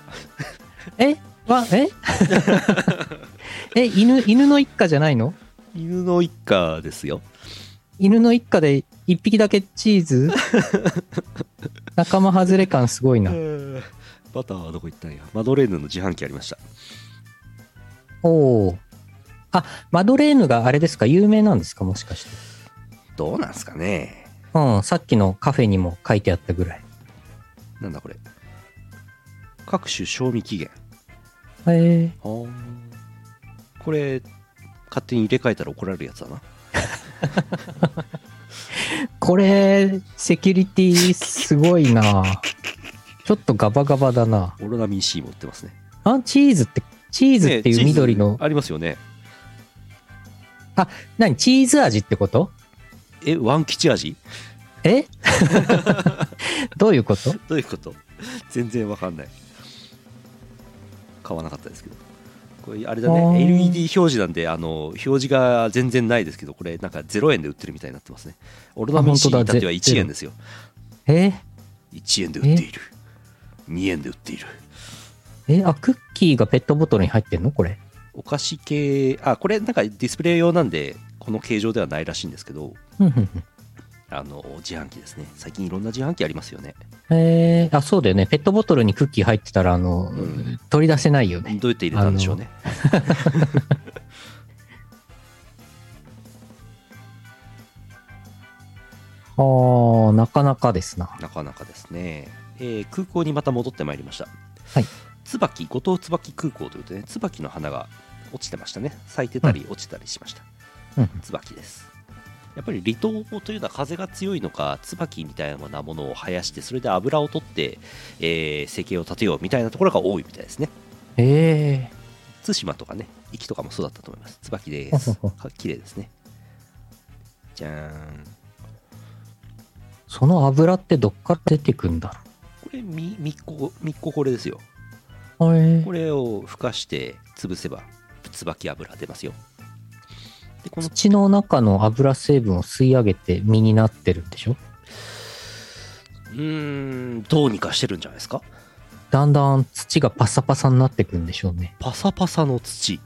[SPEAKER 2] 犬の一家じゃないの？
[SPEAKER 1] 犬の一家ですよ。
[SPEAKER 2] 犬の一家で一匹だけチーズ？仲間外れ感すごいな。
[SPEAKER 1] バターはどこ行ったんや。マドレーヌの自販機ありました。
[SPEAKER 2] おお。マドレーヌがあれですか、有名なんですか、もしかして。
[SPEAKER 1] どうなんすかね。
[SPEAKER 2] さっきのカフェにも書いてあったぐらい。
[SPEAKER 1] なんだこれ。各種賞味期限。これ勝手に入れ替えたら怒られるやつだな。
[SPEAKER 2] これセキュリティすごいな。ちょっとガバガバだな。
[SPEAKER 1] オロナミン C 持ってますね。
[SPEAKER 2] チーズっていう緑の、
[SPEAKER 1] ありますよね。
[SPEAKER 2] 何チーズ味ってこと？
[SPEAKER 1] ワン吉味？
[SPEAKER 2] どういうこと？
[SPEAKER 1] どういうこと？全然わかんない。買わなかったですけど。これあれだね、LED 表示なんで表示が全然ないですけど、これなんか0円で売ってるみたいになってますね。オロナミン C だっては1円ですよ。
[SPEAKER 2] 1
[SPEAKER 1] 円で売っている。2円で売っている。
[SPEAKER 2] クッキーがペットボトルに入ってんのこれ？
[SPEAKER 1] お菓子系、これなんかディスプレイ用なんでこの形状ではないらしいんですけど、自販機ですね。最近いろんな自販機ありますよね。
[SPEAKER 2] そうだよね。ペットボトルにクッキー入ってたら取り出せないよね。
[SPEAKER 1] どうやって入れたんでしょうね。
[SPEAKER 2] なかなかですな。
[SPEAKER 1] なかなかですね。空港にまた戻ってまいりました。
[SPEAKER 2] はい。
[SPEAKER 1] 五島椿空港というとね、椿の花が落ちてましたね。咲いてたり落ちたりしました。椿です。やっぱり離島というのは風が強いのか、椿みたいなものを生やして、それで油を取って、生計を立てようみたいなところが多いみたいですね。
[SPEAKER 2] え
[SPEAKER 1] 対馬とかね、壱岐とかもそうだったと思います。椿です綺麗ですね。じゃーん。
[SPEAKER 2] その油ってどっから出てくんだ
[SPEAKER 1] これみっここれですよ。
[SPEAKER 2] ろう。
[SPEAKER 1] これをふかして潰せば椿油出ますよ。でこの
[SPEAKER 2] 土の中の油成分を吸い上げて実になってるんでしょ。
[SPEAKER 1] どうにかしてるんじゃないですか。
[SPEAKER 2] だんだん土がパサパサになってくんでしょうね。
[SPEAKER 1] パサパサの土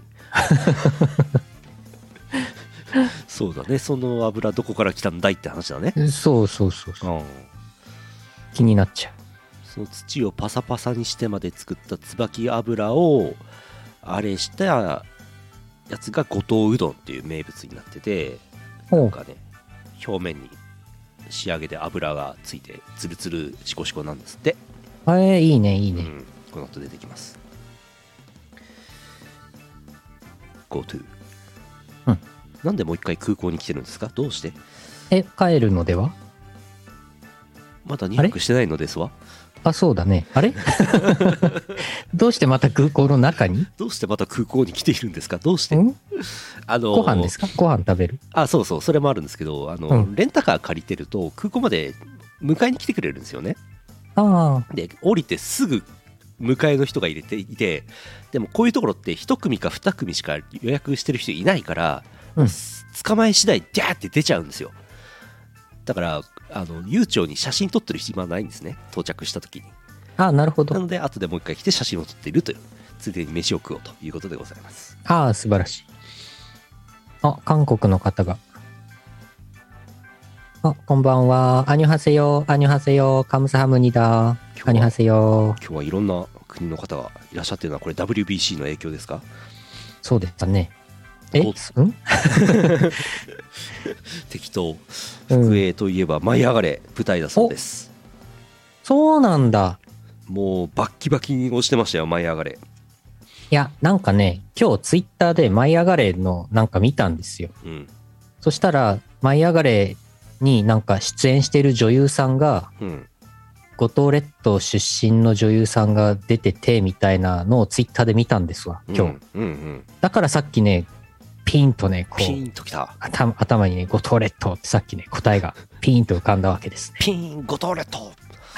[SPEAKER 1] そうだね。その油どこから来たんだいって話だね。
[SPEAKER 2] そうそうそうそう。
[SPEAKER 1] うん。
[SPEAKER 2] 気になっちゃう。
[SPEAKER 1] その土をパサパサにしてまで作った椿油をあれしたやつが五島うどんっていう名物になってて、なんかね、表面に仕上げで油がついてツルツルシコシコなんですって。
[SPEAKER 2] いいねいいね。
[SPEAKER 1] この後出てきます。 GoTo、なんでもう一回空港に来てるんですか。どうして。
[SPEAKER 2] 帰るのでは。
[SPEAKER 1] まだ2泊してないのですわ。
[SPEAKER 2] そうだね。あれどうしてまた空港の中に。
[SPEAKER 1] どうしてまた空港に来ているんですか。どうして
[SPEAKER 2] ご飯ですか。ご飯食べる。
[SPEAKER 1] そうそう、それもあるんですけど、レンタカー借りてると空港まで迎えに来てくれるんですよね。で降りてすぐ迎えの人が入れていて、でもこういうところって1組か2組しか予約してる人いないから、捕まえ次第ギャーって出ちゃうんですよ。だから悠長に写真撮ってる暇はないんですね、到着した時に。
[SPEAKER 2] なるほど。
[SPEAKER 1] なので後でもう一回来て写真を撮っているという、ついでに飯を食おうということでございます。
[SPEAKER 2] 素晴らしい。韓国の方が。こんばんは。アニョハセヨ、アニョハセヨ、カムサハムニダ。アニョハセヨ。
[SPEAKER 1] 今日はいろんな国の方がいらっしゃってるのは、これ WBC の影響ですか。
[SPEAKER 2] そうでしたね。
[SPEAKER 1] 適当。福江といえば舞い上がれ舞台だそうです。
[SPEAKER 2] そうなんだ。
[SPEAKER 1] もうバッキバキに押してましたよ、舞い上がれ。
[SPEAKER 2] いや、なんかね、今日ツイッターで舞い上がれのなんか見たんですよ。そしたら舞い上がれになんか出演してる女優さんが、五島列島出身の女優さんが出ててみたいなのをツイッターで見たんですわ、今日。だからさっきね、ピンとね、こう、
[SPEAKER 1] ピンときた。
[SPEAKER 2] 頭にね、五島列島ってさっきね、答えがピンと浮かんだわけですね。
[SPEAKER 1] ピン、五島列島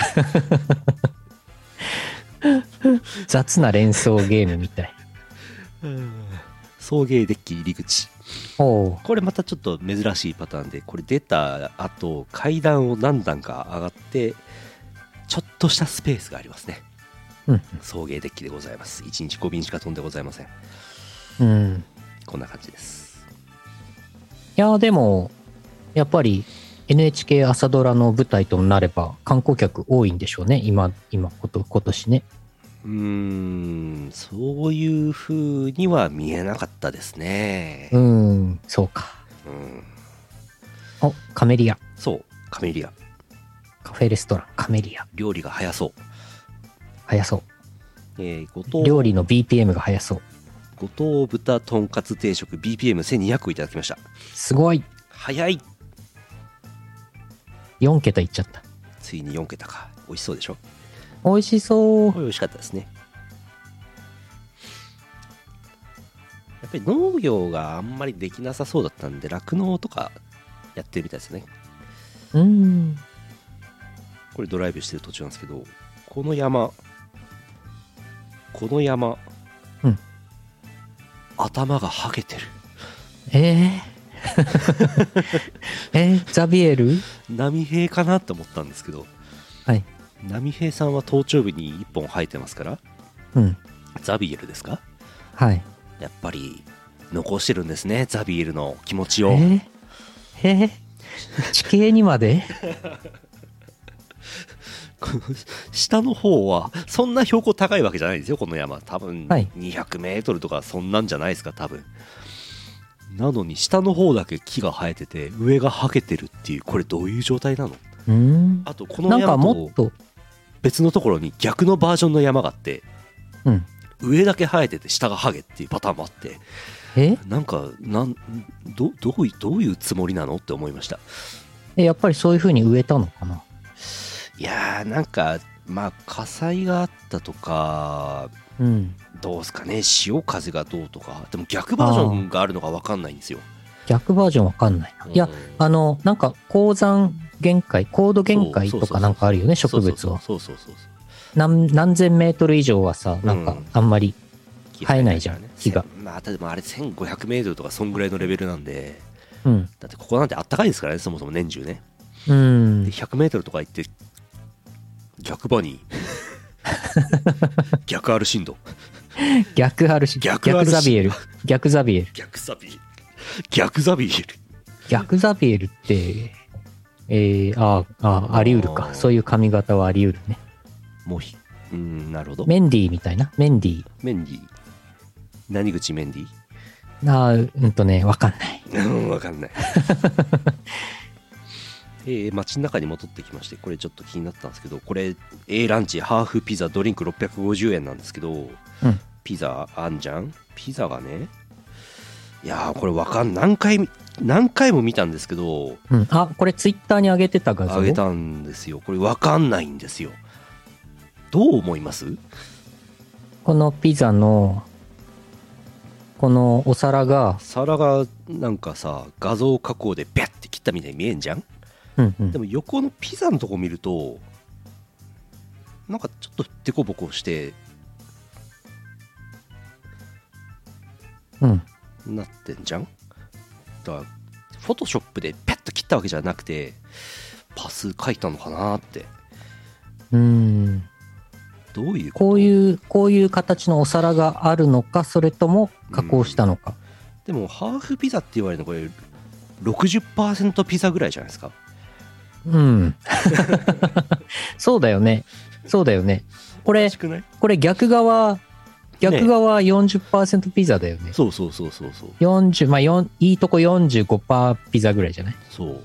[SPEAKER 2] 雑な連想ゲームみたい。
[SPEAKER 1] 送迎デッキ入り口。これまたちょっと珍しいパターンで、これ出た後階段を何段か上がってちょっとしたスペースがありますね。送迎デッキでございます。1日5便しか飛んでございません。こんな感じです。
[SPEAKER 2] いやでもやっぱり NHK 朝ドラの舞台となれば観光客多いんでしょうね、今年ね。
[SPEAKER 1] そういう風には見えなかったですね。
[SPEAKER 2] そうか。カメリア。
[SPEAKER 1] そう、カメリア。
[SPEAKER 2] カフェレストランカメリア。
[SPEAKER 1] 料理が早そう。
[SPEAKER 2] 料理の BPM が早そう。
[SPEAKER 1] 五島豚とんかつ定食 BPM1200 をいただきました。
[SPEAKER 2] すごい。
[SPEAKER 1] 早い。
[SPEAKER 2] 4桁いっちゃった。
[SPEAKER 1] ついに4桁か。美味しそうでしょ。
[SPEAKER 2] 美味しそう。
[SPEAKER 1] これ美味しかったですね。やっぱり農業があんまりできなさそうだったんで、酪農とかやってるみたいですね。これドライブしてる途中なんですけど、この山、頭がハゲてる。
[SPEAKER 2] ザビエル
[SPEAKER 1] 波平かなと思ったんですけど、波平さんは頭頂部に1本生えてますから、ザビエルですか。やっぱり残してるんですね、ザビエルの気持ちを。
[SPEAKER 2] 地形にまで
[SPEAKER 1] この下の方はそんな標高高いわけじゃないですよ、この山。多分200メートルとかそんなんじゃないですか、多分。なのに下の方だけ木が生えてて上がはげてるっていう、これどういう状態なの？あとこの山と別のところに逆のバージョンの山があって、上だけ生えてて下がハゲっていうパターンもあって、なんかどういうつもりなのって思いました。
[SPEAKER 2] やっぱりそういう風に植えたのかな。
[SPEAKER 1] いやー、なんかまあ火災があったとか、 どうすかね、潮風がどうとか。でも逆バージョンがあるのが分かんないんですよ。
[SPEAKER 2] 逆バージョンわかんないな。いや、なんか高山限界、高度限界とかなんかあるよね、植物は。
[SPEAKER 1] そうそうそう。
[SPEAKER 2] 何千メートル以上はさ、なんかあんまり生えないじゃん、木が。
[SPEAKER 1] まあ、でもあれ1500メートルとかそんぐらいのレベルなんで、
[SPEAKER 2] うん。
[SPEAKER 1] だってここなんてあったかいですからね、そもそも年中ね。
[SPEAKER 2] うん。
[SPEAKER 1] で100メートルとか行って逆バニー逆アルシンド
[SPEAKER 2] 逆あるし、逆ザビエル。逆ザビエル。
[SPEAKER 1] 逆ザビエル逆ザビエル
[SPEAKER 2] 逆ザビエルって、あり得るか。そういう髪型はあり得るね。
[SPEAKER 1] もうなるほど。
[SPEAKER 2] メンディーみたいな。メンディー。
[SPEAKER 1] 何口メンディー？
[SPEAKER 2] わかんない。
[SPEAKER 1] わかんない。街の中に戻ってきまして、これちょっと気になったんですけど、これ A ランチハーフピザドリンク650円なんですけど、ピザあんじゃん。ピザがね、いやーこれ何回も見たんですけど、
[SPEAKER 2] これツイッターに上げてた画像。
[SPEAKER 1] 上げたんですよ。これ分かんないんですよ。どう思います？
[SPEAKER 2] このピザのこのお皿が
[SPEAKER 1] なんかさ、画像加工でビャッて切ったみたいに見えんじゃん。でも横のピザのとこ見るとなんかちょっとデコボコしてなってんじゃん。だからフォトショップでピャッと切ったわけじゃなくてパス書いたのかなって。どういうこと？
[SPEAKER 2] こういう形のお皿があるのか、それとも加工したのか。
[SPEAKER 1] でもハーフピザって言われるのこれ 60% ピザぐらいじゃないですか。
[SPEAKER 2] そうだよね。これ逆側 40% ピザだよね。
[SPEAKER 1] そう
[SPEAKER 2] 40、まあいいとこ 45% ピザぐらいじゃない？
[SPEAKER 1] そう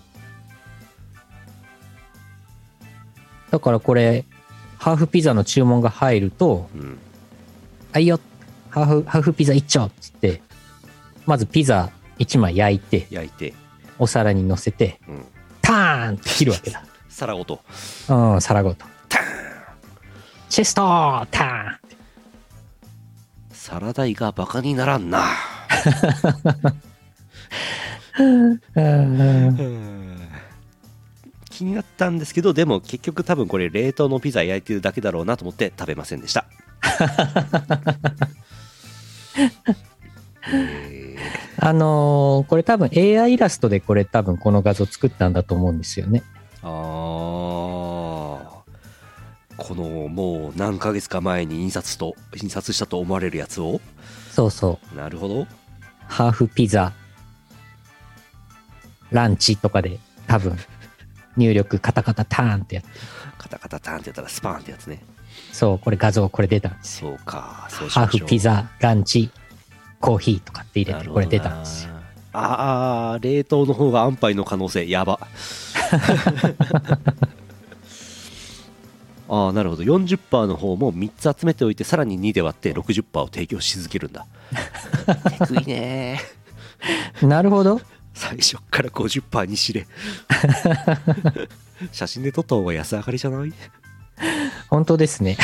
[SPEAKER 2] だからこれハーフピザの注文が入ると、いいよ、ハーフピザ一丁っつって、まずピザ1枚焼いてお皿に乗せて、ターンって切るわけだ。
[SPEAKER 1] 皿ごと。
[SPEAKER 2] 皿ごと。
[SPEAKER 1] ターン。
[SPEAKER 2] チェストーターン。
[SPEAKER 1] 皿代がバカにならんな。気になったんですけど、でも結局多分これ冷凍のピザ焼いてるだけだろうなと思って食べませんでした。
[SPEAKER 2] これ多分 AI イラストでこの画像作ったんだと思うんですよね。
[SPEAKER 1] このもう何ヶ月か前に印刷したと思われるやつを。
[SPEAKER 2] そう
[SPEAKER 1] なるほど。
[SPEAKER 2] ハーフピザランチとかで多分入力カタカタターンってやって
[SPEAKER 1] カタカタターンってやったらスパーンってやつね。
[SPEAKER 2] そうこれ画像これ出たんですよ。
[SPEAKER 1] そうか、そうし
[SPEAKER 2] ハ
[SPEAKER 1] ましょう。
[SPEAKER 2] ーフピザランチコーヒーとかって入れてこれ出たんですよ。
[SPEAKER 1] 冷凍の方が安牌の可能性やば。なるほど。 40% の方も3つ集めておいてさらに2で割って 60% を提供し続けるんだ。手食いね。
[SPEAKER 2] なるほど。
[SPEAKER 1] 最初から 50% にしれ。写真で撮った方が安上がりじゃない？
[SPEAKER 2] 本当ですね。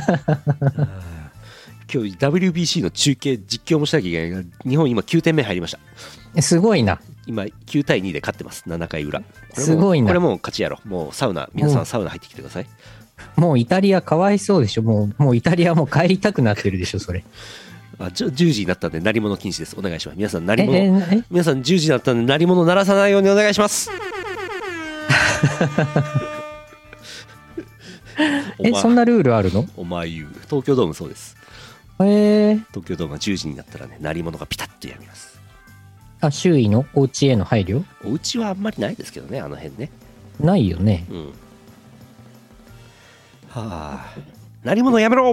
[SPEAKER 1] 今日 WBC の中継実況もしなきゃいけないが、日本今9点目入りました。
[SPEAKER 2] すごいな。
[SPEAKER 1] 今9対2で勝ってます。7回裏。
[SPEAKER 2] すごいな。
[SPEAKER 1] これもう勝ちやろ。もうサウナ、皆さんサウナ入ってきてください。
[SPEAKER 2] もうイタリアかわいそうでしょ。もうイタリアもう帰りたくなってるでしょそれ。
[SPEAKER 1] 10時になったんで鳴り物禁止です。お願いします。皆さん鳴り物、皆さん10時になったんで鳴り物鳴らさないようにお願いします。
[SPEAKER 2] そんなルールあるの？
[SPEAKER 1] お前言う。東京ドームそうです。
[SPEAKER 2] 東
[SPEAKER 1] 京ドームは10時になったらね、鳴り物がピタッとやみます。
[SPEAKER 2] 周囲のお家への配慮？
[SPEAKER 1] お家はあんまりないですけどね、あの辺ね。
[SPEAKER 2] ないよね。
[SPEAKER 1] 鳴り物やめろ。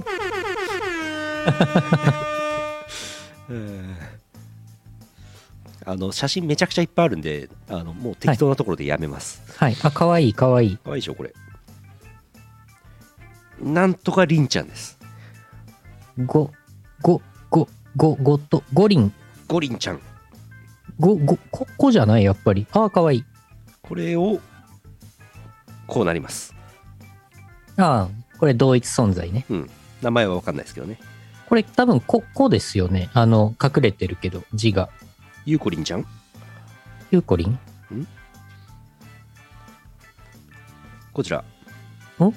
[SPEAKER 1] 写真めちゃくちゃいっぱいあるんで、もう適当なところでやめます。
[SPEAKER 2] はい。かわいいかわいい。
[SPEAKER 1] かわいいでしょこれ。なんとかりんちゃんです。
[SPEAKER 2] ゴリン
[SPEAKER 1] ちゃん。
[SPEAKER 2] こじゃないやっぱり。かわいい。
[SPEAKER 1] これをこうなります。
[SPEAKER 2] これ同一存在ね。
[SPEAKER 1] 名前は分かんないですけどね。
[SPEAKER 2] これ多分こですよね。隠れてるけど、字が。
[SPEAKER 1] ゆうこりんちゃん。
[SPEAKER 2] ゆうこりん？
[SPEAKER 1] こちら。
[SPEAKER 2] ん？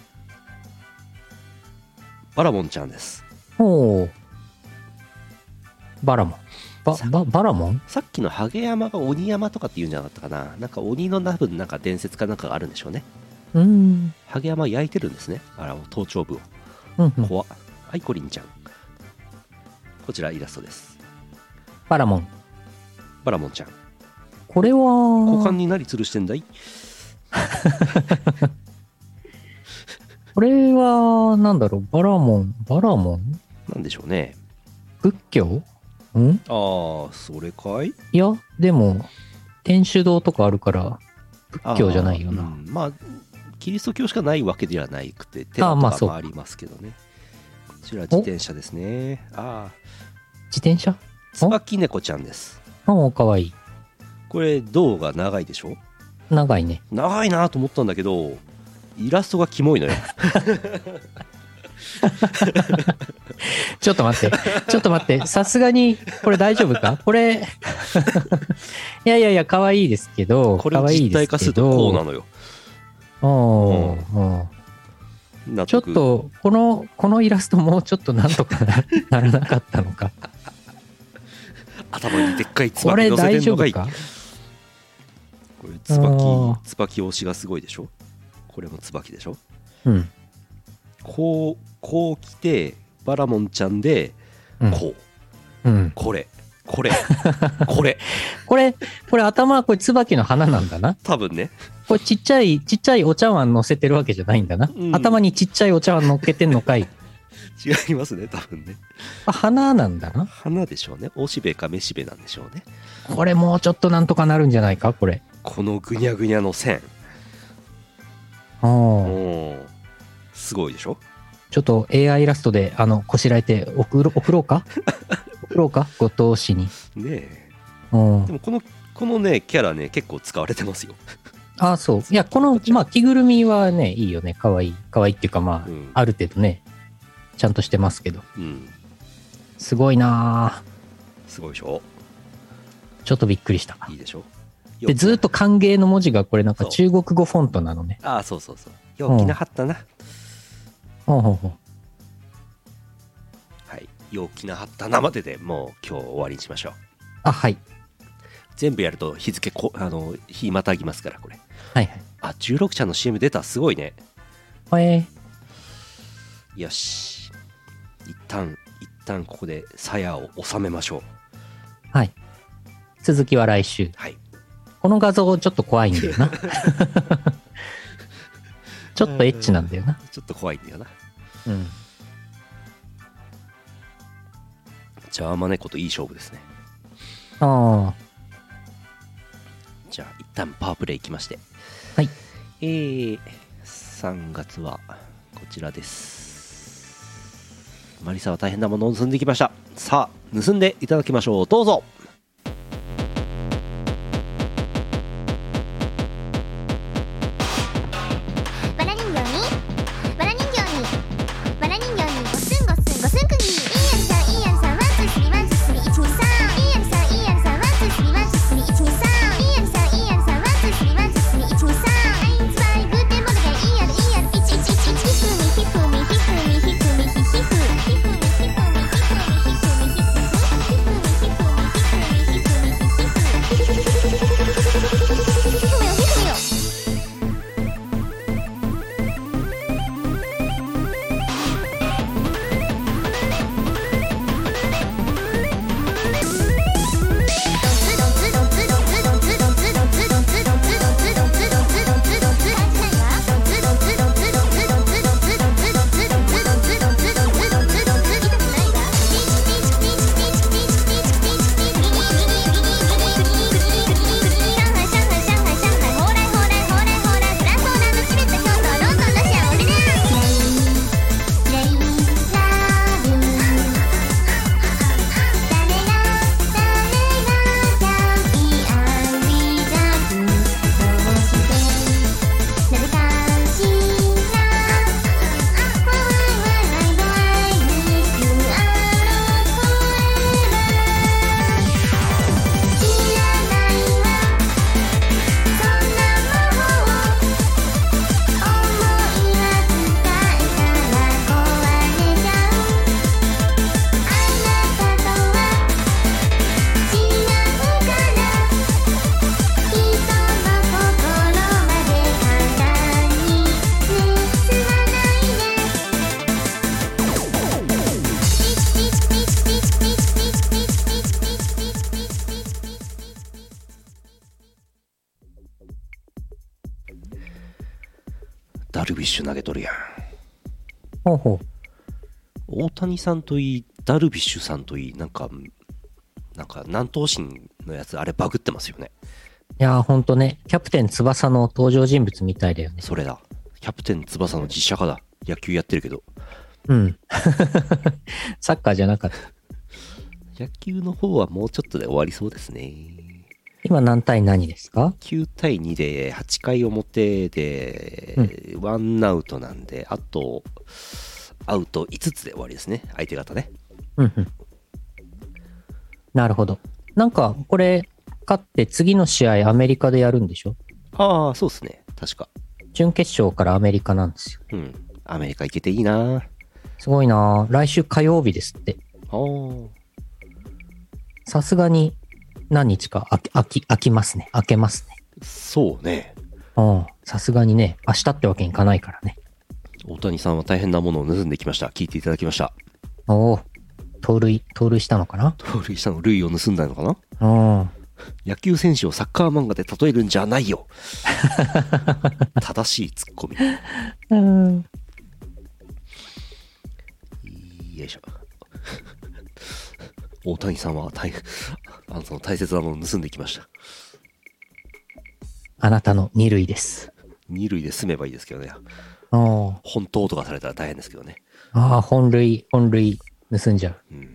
[SPEAKER 1] バラモンちゃんです。
[SPEAKER 2] おー。バラモン。バラモン？
[SPEAKER 1] さっきのハゲ山が鬼山とかって言うんじゃなかったかな。なんか鬼の多分なんか伝説かなんかがあるんでしょうね。ハゲ山焼いてるんですね。頭頂部を。怖っ。はい、コリンちゃん。こちらイラストです。
[SPEAKER 2] バラモン。
[SPEAKER 1] バラモンちゃん。
[SPEAKER 2] これは
[SPEAKER 1] 股間に何吊るしてんだい？
[SPEAKER 2] これはなんだろう。バラモン
[SPEAKER 1] なんでしょうね。
[SPEAKER 2] 仏教？
[SPEAKER 1] ああ、それかい？
[SPEAKER 2] いや、でも天主堂とかあるから仏教じゃないよな。
[SPEAKER 1] まあキリスト教しかないわけではなくて寺とかもありますけどね。こちら自転車ですね。
[SPEAKER 2] 自転車？
[SPEAKER 1] 椿猫ちゃんです。
[SPEAKER 2] かわいい。
[SPEAKER 1] これ胴が長いでしょ？
[SPEAKER 2] 長いね。
[SPEAKER 1] 長いなと思ったんだけどイラストがキモいのよ。
[SPEAKER 2] ちょっと待ってさすがにこれ大丈夫か？これいや可愛いですけど、
[SPEAKER 1] これを実体化するとこうなのよ。
[SPEAKER 2] ちょっとこのイラストもうちょっとなんとかならなかったのか。
[SPEAKER 1] 頭にでっかい
[SPEAKER 2] これ
[SPEAKER 1] 椿乗せ
[SPEAKER 2] 大
[SPEAKER 1] てんのがいい。
[SPEAKER 2] 丈夫か？
[SPEAKER 1] これ椿推しがすごいでしょ。これも椿でしょ。こう来てバラモンちゃんでこう、これ
[SPEAKER 2] 頭これ椿の花なんだな。
[SPEAKER 1] 多分ね。
[SPEAKER 2] これちっちゃいお茶碗乗せてるわけじゃないんだな。頭にちっちゃいお茶碗乗っけてんのかい。
[SPEAKER 1] 違いますね、多分ね。
[SPEAKER 2] 花なんだな。
[SPEAKER 1] 花でしょうね。おしべかめしべなんでしょうね。
[SPEAKER 2] これもうちょっとなんとかなるんじゃないか、これ。
[SPEAKER 1] このぐにゃぐにゃの線。すごいでしょ。
[SPEAKER 2] ちょっと AI イラストでこしらえて送ろうか後藤氏に。
[SPEAKER 1] ねえ。でもこのねキャラね結構使われてますよ。
[SPEAKER 2] そう。いや、この着ぐるみはねいいよね。かわいいっていうかある程度ねちゃんとしてますけど。すごいな。
[SPEAKER 1] すごいでしょ。
[SPEAKER 2] ちょっとびっくりした。
[SPEAKER 1] いいでしょ。
[SPEAKER 2] でずっと歓迎の文字がこれなんか中国語フォントなのね。
[SPEAKER 1] そう。ようきなはったな。はい。ようきなはったなまででもう今日終わりにしましょう。
[SPEAKER 2] はい。
[SPEAKER 1] 全部やると日付日またぎますからこれ。
[SPEAKER 2] はい。
[SPEAKER 1] 16ちゃんの CM 出た。すごいね。よし。一旦ここで鞘を収めましょう。
[SPEAKER 2] はい。続きは来週。
[SPEAKER 1] はい。
[SPEAKER 2] この画像ちょっと怖いんだよな。ちょっとエッチなんだよな。
[SPEAKER 1] ちょっと怖いんだよな。じゃあマネコといい勝負ですね。じゃあ一旦パワープレイいきまして。
[SPEAKER 2] はい。
[SPEAKER 1] 3月はこちらです。マリサは大変なものを盗んできました。さあ盗んでいただきましょう。どうぞ。 ダルビッシュ投げとるやん。
[SPEAKER 2] ほうほう。
[SPEAKER 1] 大谷さんといいダルビッシュさんといい、なんか南東進のやつあれバグってますよね。
[SPEAKER 2] いやーほんとね、キャプテン翼の登場人物みたいだよね。
[SPEAKER 1] それだ、キャプテン翼の実写化だ。野球やってるけど
[SPEAKER 2] うん。サッカーじゃなかった。
[SPEAKER 1] 野球の方はもうちょっとで終わりそうですね。
[SPEAKER 2] 今何対何ですか？
[SPEAKER 1] 9対2で8回表でワンアウトなんで、あとアウト5つで終わりですね、相手方ね。
[SPEAKER 2] うんうん。なるほど。なんか、これ、勝って次の試合アメリカでやるんでしょ？
[SPEAKER 1] ああ、そうですね、確か。
[SPEAKER 2] 準決勝からアメリカなんですよ。
[SPEAKER 1] うん、アメリカ行けていいな。
[SPEAKER 2] すごいな。来週火曜日ですって。
[SPEAKER 1] ああ、
[SPEAKER 2] さすがに何日か空きますね。開けますね。
[SPEAKER 1] そうね。
[SPEAKER 2] うん。さすがにね、明日ってわけにいかないからね。
[SPEAKER 1] 大谷さんは大変なものを盗んできました。聞いていただきました。
[SPEAKER 2] おお。盗塁したのかな？
[SPEAKER 1] 盗塁したの、塁を盗んだのかな。
[SPEAKER 2] うん。
[SPEAKER 1] 野球選手をサッカー漫画で例えるんじゃないよ。正しいツッコミ。
[SPEAKER 2] うん。
[SPEAKER 1] よいしょ。大谷さんはその大切なものを盗んできました。
[SPEAKER 2] あなたの二塁です。
[SPEAKER 1] 二塁で済めばいいですけどね。
[SPEAKER 2] おー。
[SPEAKER 1] 本当とかされたら大変ですけどね。
[SPEAKER 2] ああ、本塁盗んじゃう。
[SPEAKER 1] うん、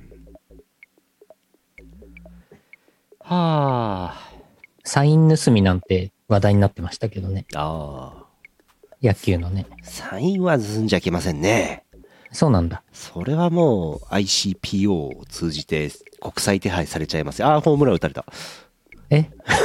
[SPEAKER 1] はあ。
[SPEAKER 2] サイン盗みなんて話題になってましたけどね。
[SPEAKER 1] ああ。
[SPEAKER 2] 野球のね。
[SPEAKER 1] サインは盗んじゃいけませんね。
[SPEAKER 2] そうなんだ。
[SPEAKER 1] それはもう ICPO を通じて国際手配されちゃいますよ。ああ、ホームラン打たれた。
[SPEAKER 2] え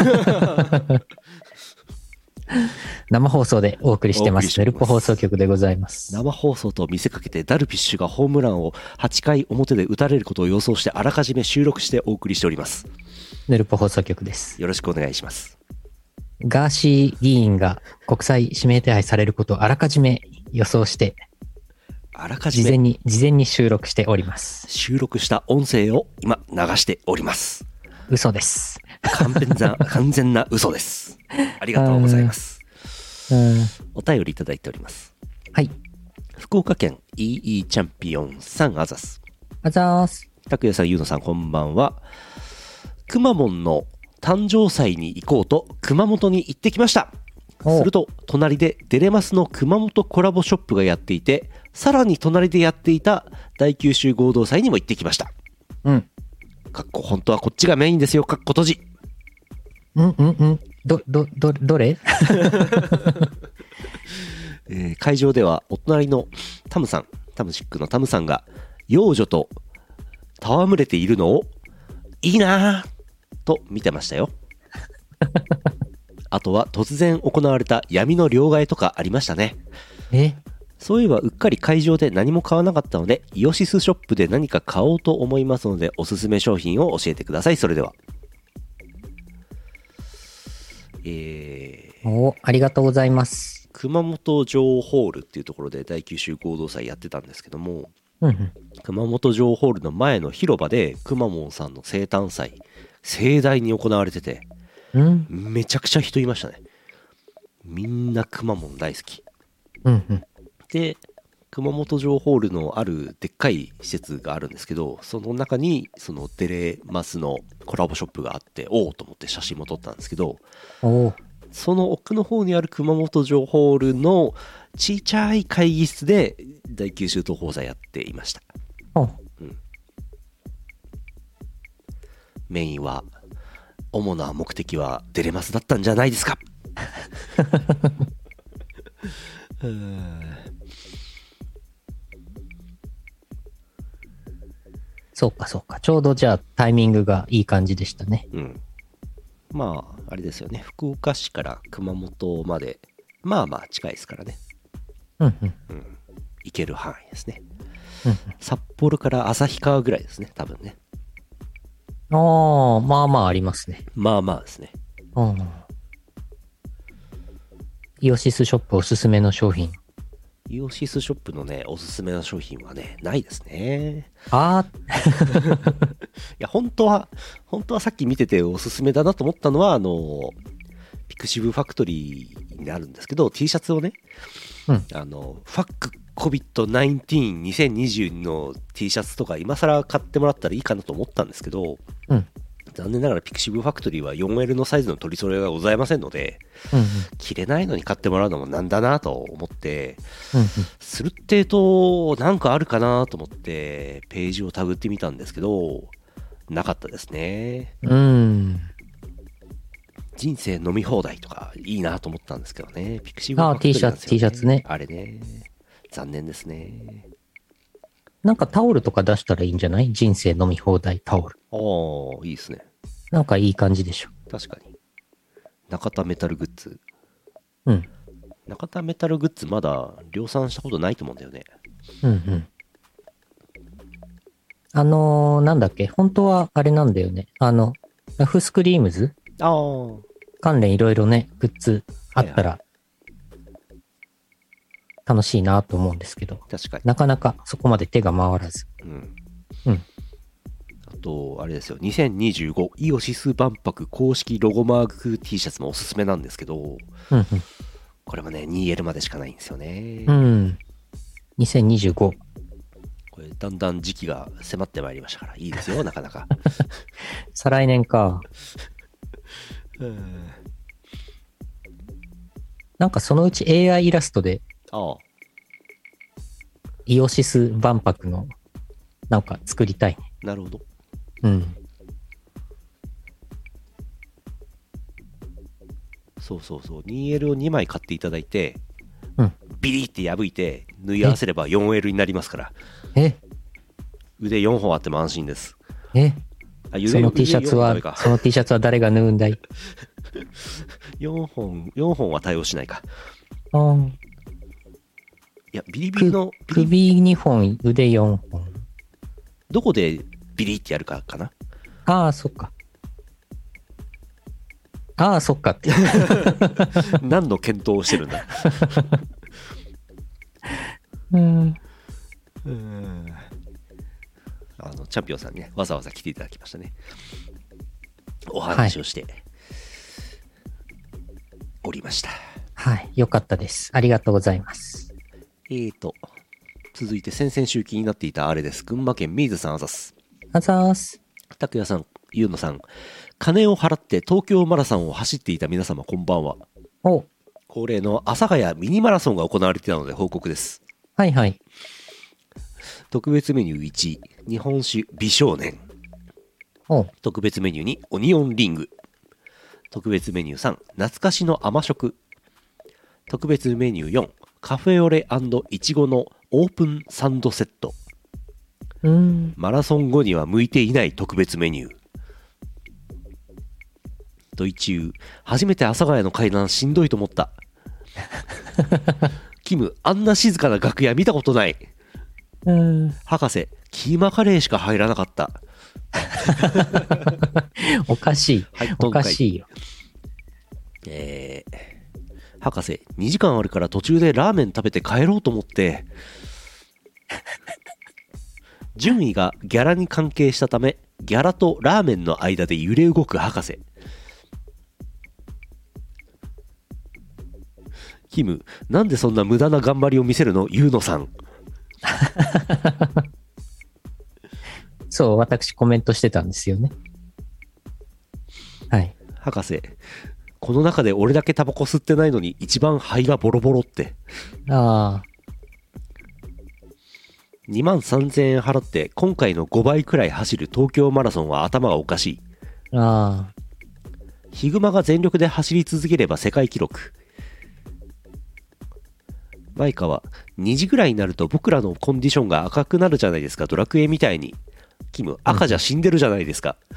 [SPEAKER 2] 生放送でお送りしてます。ネルポ放送局でございます。
[SPEAKER 1] 生放送と見せかけてダルビッシュがホームランを8回表で打たれることを予想してあらかじめ収録してお送りしております。
[SPEAKER 2] ネルポ放送局です。
[SPEAKER 1] よろしくお願いします。
[SPEAKER 2] ガーシー議員が国際指名手配されることをあらかじめ予想して、
[SPEAKER 1] あらかじめ
[SPEAKER 2] 事前に収録しております。
[SPEAKER 1] 収録した音声を今流しております。
[SPEAKER 2] 嘘です。
[SPEAKER 1] 完全な嘘です。ありがとうございます。お便りいただいております。
[SPEAKER 2] はい。
[SPEAKER 1] 福岡県 EE チャンピオンさんあざす。
[SPEAKER 2] あざーす。
[SPEAKER 1] 拓也さん、ゆうのさん、こんばんは。くまモンの誕生祭に行こうと熊本に行ってきました。すると隣でデレマスの熊本コラボショップがやっていて、さらに隣でやっていた大九州合同祭にも行ってきました。
[SPEAKER 2] うん。
[SPEAKER 1] 本当はこっちがメインですよ。閉じ。
[SPEAKER 2] どれ
[SPEAKER 1] 会場ではお隣のタムシックのタムさんが幼女と戯れているのをいいなぁと見てましたよ。あとは突然行われた闇の両替とかありましたね。そういえばうっかり会場で何も買わなかったので、イオシスショップで何か買おうと思いますので、おすすめ商品を教えてください。それでは。
[SPEAKER 2] ありがとうございます。
[SPEAKER 1] 熊本城ホールっていうところで大九州合同祭やってたんですけども、熊本城ホールの前の広場でくまモンさんの生誕祭盛大に行われてて、めちゃくちゃ人いましたね。みんなくまモン大好き。で、熊本城ホールのあるでっかい施設があるんですけど、その中にそのデレマスのコラボショップがあって、おおと思って写真も撮ったんですけど、その奥の方にある熊本城ホールのちっちゃい会議室で大九州東宝祭やっていました。メインは主な目的はデレマスだったんじゃないですか。
[SPEAKER 2] そうか。ちょうどじゃあタイミングがいい感じでしたね。
[SPEAKER 1] まああれですよね。福岡市から熊本までまあまあ近いですからね。行ける範囲ですね。札幌から旭川ぐらいですね、多分ね。
[SPEAKER 2] まあまあありますね。
[SPEAKER 1] まあまあですね。
[SPEAKER 2] イオシスショップおすすめの商品。
[SPEAKER 1] イオシスショップのね、おすすめの商品はね、ないですね。いや、本当はさっき見てておすすめだなと思ったのは、 ピクシブファクトリーになるんですけど、 T シャツをね、
[SPEAKER 2] うん。
[SPEAKER 1] ファック COVID-19-2020 の T シャツとか今更買ってもらったらいいかなと思ったんですけど、
[SPEAKER 2] うん。
[SPEAKER 1] 残念ながらピクシブファクトリーは 4L のサイズの取り揃えがございませんので、
[SPEAKER 2] うん。
[SPEAKER 1] 着れないのに買ってもらうのもなんだなと思って、
[SPEAKER 2] うん。
[SPEAKER 1] するっていうとなんかあるかなと思ってページをタグってみたんですけど、なかったですね。
[SPEAKER 2] うん。
[SPEAKER 1] 人生飲み放題とかいいなと思ったんですけどね。ピクシブファ
[SPEAKER 2] ああ、
[SPEAKER 1] クトリ
[SPEAKER 2] T
[SPEAKER 1] ーなんですよね。
[SPEAKER 2] シャツね。
[SPEAKER 1] あれね。残念ですね。
[SPEAKER 2] なんかタオルとか出したらいいんじゃない？人生飲み放題タオル。
[SPEAKER 1] ああ、いいですね。
[SPEAKER 2] なんかいい感じでしょ。
[SPEAKER 1] 確かに。中田メタルグッズ。
[SPEAKER 2] うん。
[SPEAKER 1] 中田メタルグッズまだ量産したことないと思うんだよね。
[SPEAKER 2] うんうん。なんだっけ、本当はあれなんだよね。ラフスクリームズ
[SPEAKER 1] ああ。
[SPEAKER 2] 関連いろいろね、グッズあったら楽しいなと思うんですけど、
[SPEAKER 1] 確かに。
[SPEAKER 2] なかなかそこまで手が回らず。
[SPEAKER 1] うん。
[SPEAKER 2] うん。
[SPEAKER 1] あと、あれですよ。2025イオシス万博公式ロゴマーク T シャツもおすすめなんですけど、
[SPEAKER 2] うん
[SPEAKER 1] これもね、2L までしかないんですよね。
[SPEAKER 2] うん。うん。2025。
[SPEAKER 1] これ、だんだん時期が迫ってまいりましたから、いいですよ、なかなか。
[SPEAKER 2] 再来年か。なんかそのうち AI イラストで
[SPEAKER 1] ああ、
[SPEAKER 2] イオシス万博のなんか作りたいね。
[SPEAKER 1] なるほど。
[SPEAKER 2] うん。
[SPEAKER 1] そうそうそう。2L を2枚買っていただいて、
[SPEAKER 2] うん。
[SPEAKER 1] ビリって破いて、縫い合わせれば 4L になりますから、
[SPEAKER 2] え
[SPEAKER 1] 腕4本あっても安心です。
[SPEAKER 2] え
[SPEAKER 1] あ、
[SPEAKER 2] その T シャツは
[SPEAKER 1] 腕4本ダメか、
[SPEAKER 2] その T シャツは誰が縫うんだい？
[SPEAKER 1] 4本は対応しないか。
[SPEAKER 2] あー
[SPEAKER 1] いや、ビリビリの、
[SPEAKER 2] 首2本、腕4本。
[SPEAKER 1] どこでビリってやるかかな。
[SPEAKER 2] ああ、そっか。ああ、そっかって。
[SPEAKER 1] 何の検討をしてるんだ。
[SPEAKER 2] うん。
[SPEAKER 1] チャンピオンさんにね、わざわざ来ていただきましたね。お話をしておりました。
[SPEAKER 2] はい。よかったです。ありがとうございます。
[SPEAKER 1] 続いて先々週気になっていたあれです。群馬県ミーズさんあざす。
[SPEAKER 2] あざーす。
[SPEAKER 1] 拓也さん、ゆうのさん、金を払って東京マラソンを走っていた皆様こんばんは。
[SPEAKER 2] お、
[SPEAKER 1] 恒例の阿佐ヶ谷ミニマラソンが行われていたので報告です。
[SPEAKER 2] はいはい。
[SPEAKER 1] 特別メニュー1、日本酒美少年。
[SPEAKER 2] お、
[SPEAKER 1] 特別メニュー2、オニオンリング。特別メニュー3、懐かしの甘食。特別メニュー4、カフェオレ&イチゴのオープンサンドセット。マラソン後には向いていない特別メニュー。ドイ中、初めて阿佐ヶ谷の階段しんどいと思った。キム、あんな静かな楽屋見たことない。博士、キーマカレーしか入らなかった。
[SPEAKER 2] おかしい。
[SPEAKER 1] はい、
[SPEAKER 2] おかしいよ。
[SPEAKER 1] 博士、2時間あるから途中でラーメン食べて帰ろうと思って。順位がギャラに関係したため、ギャラとラーメンの間で揺れ動く博士。キム、なんでそんな無駄な頑張りを見せるの？ユウノさん。
[SPEAKER 2] そう、私コメントしてたんですよね。はい。
[SPEAKER 1] 博士、この中で俺だけタバコ吸ってないのに一番肺がボロボロって。
[SPEAKER 2] ああ。
[SPEAKER 1] 2万3000円払って今回の5倍くらい走る東京マラソンは頭がおかしい。
[SPEAKER 2] ああ。
[SPEAKER 1] ヒグマが全力で走り続ければ世界記録。マイカは2時ぐらいになると僕らのコンディションが赤くなるじゃないですか、ドラクエみたいに。キム、赤じゃ死んでるじゃないですか。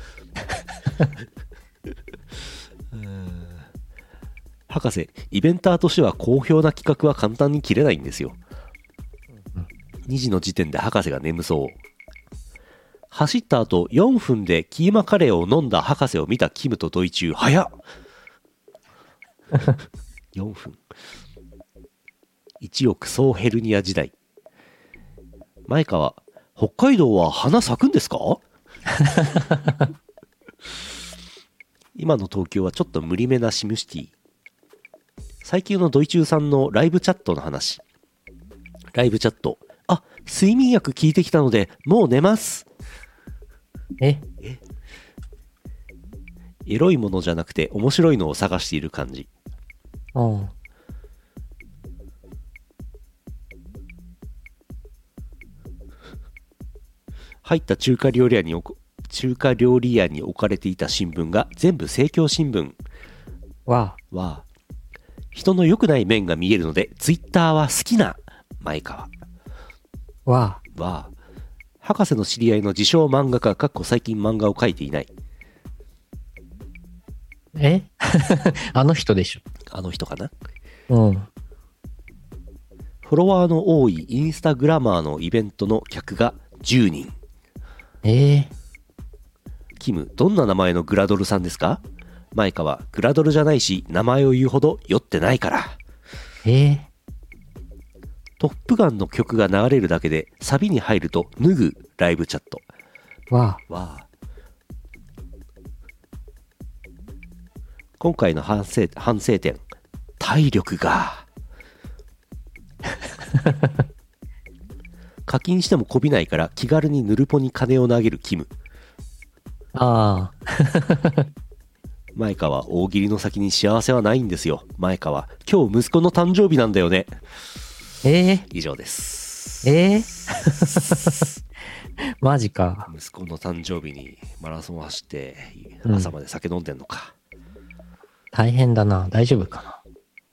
[SPEAKER 1] 博士、イベンターとしては好評な企画は簡単に切れないんですよ。2時の時点で博士が眠そう。走った後4分でキーマカレーを飲んだ博士を見たキムとドイチュー、早っ。4分。1億総ヘルニア時代。前川、北海道は花咲くんですか？今の東京はちょっと無理めなシムシティ。 最近のドイチューさんのライブチャットの話。ライブチャット。あ、睡眠薬効いてきたので、もう寝ます。
[SPEAKER 2] え、
[SPEAKER 1] エロいものじゃなくて面白いのを探している感じ。
[SPEAKER 2] うん。
[SPEAKER 1] 入った中華料理屋に置かれていた新聞が全部政教新聞
[SPEAKER 2] わ
[SPEAKER 1] は、人の良くない面が見えるのでツイッターは好きな前川
[SPEAKER 2] あ、わあ。
[SPEAKER 1] は、博士の知り合いの自称漫画家最近漫画を描いていない
[SPEAKER 2] えあの人でしょ。
[SPEAKER 1] あの人かな。
[SPEAKER 2] うん。
[SPEAKER 1] フォロワーの多いインスタグラマーのイベントの客が10人。キム、どんな名前のグラドルさんですか？マイカはグラドルじゃないし、名前を言うほど酔ってないから。トップガンの曲が流れるだけでサビに入ると脱ぐライブチャット。
[SPEAKER 2] わ
[SPEAKER 1] 今回の反省点。体力が。課金してもこびないから気軽にヌルポに金を投げるキム。
[SPEAKER 2] あ。ああ。
[SPEAKER 1] マイカは大喜利の先に幸せはないんですよ。マイカは今日息子の誕生日なんだよね。以上です。
[SPEAKER 2] マジか。
[SPEAKER 1] 息子の誕生日にマラソンを走って朝まで酒飲んでんのか。
[SPEAKER 2] 大変だな。大丈夫かな。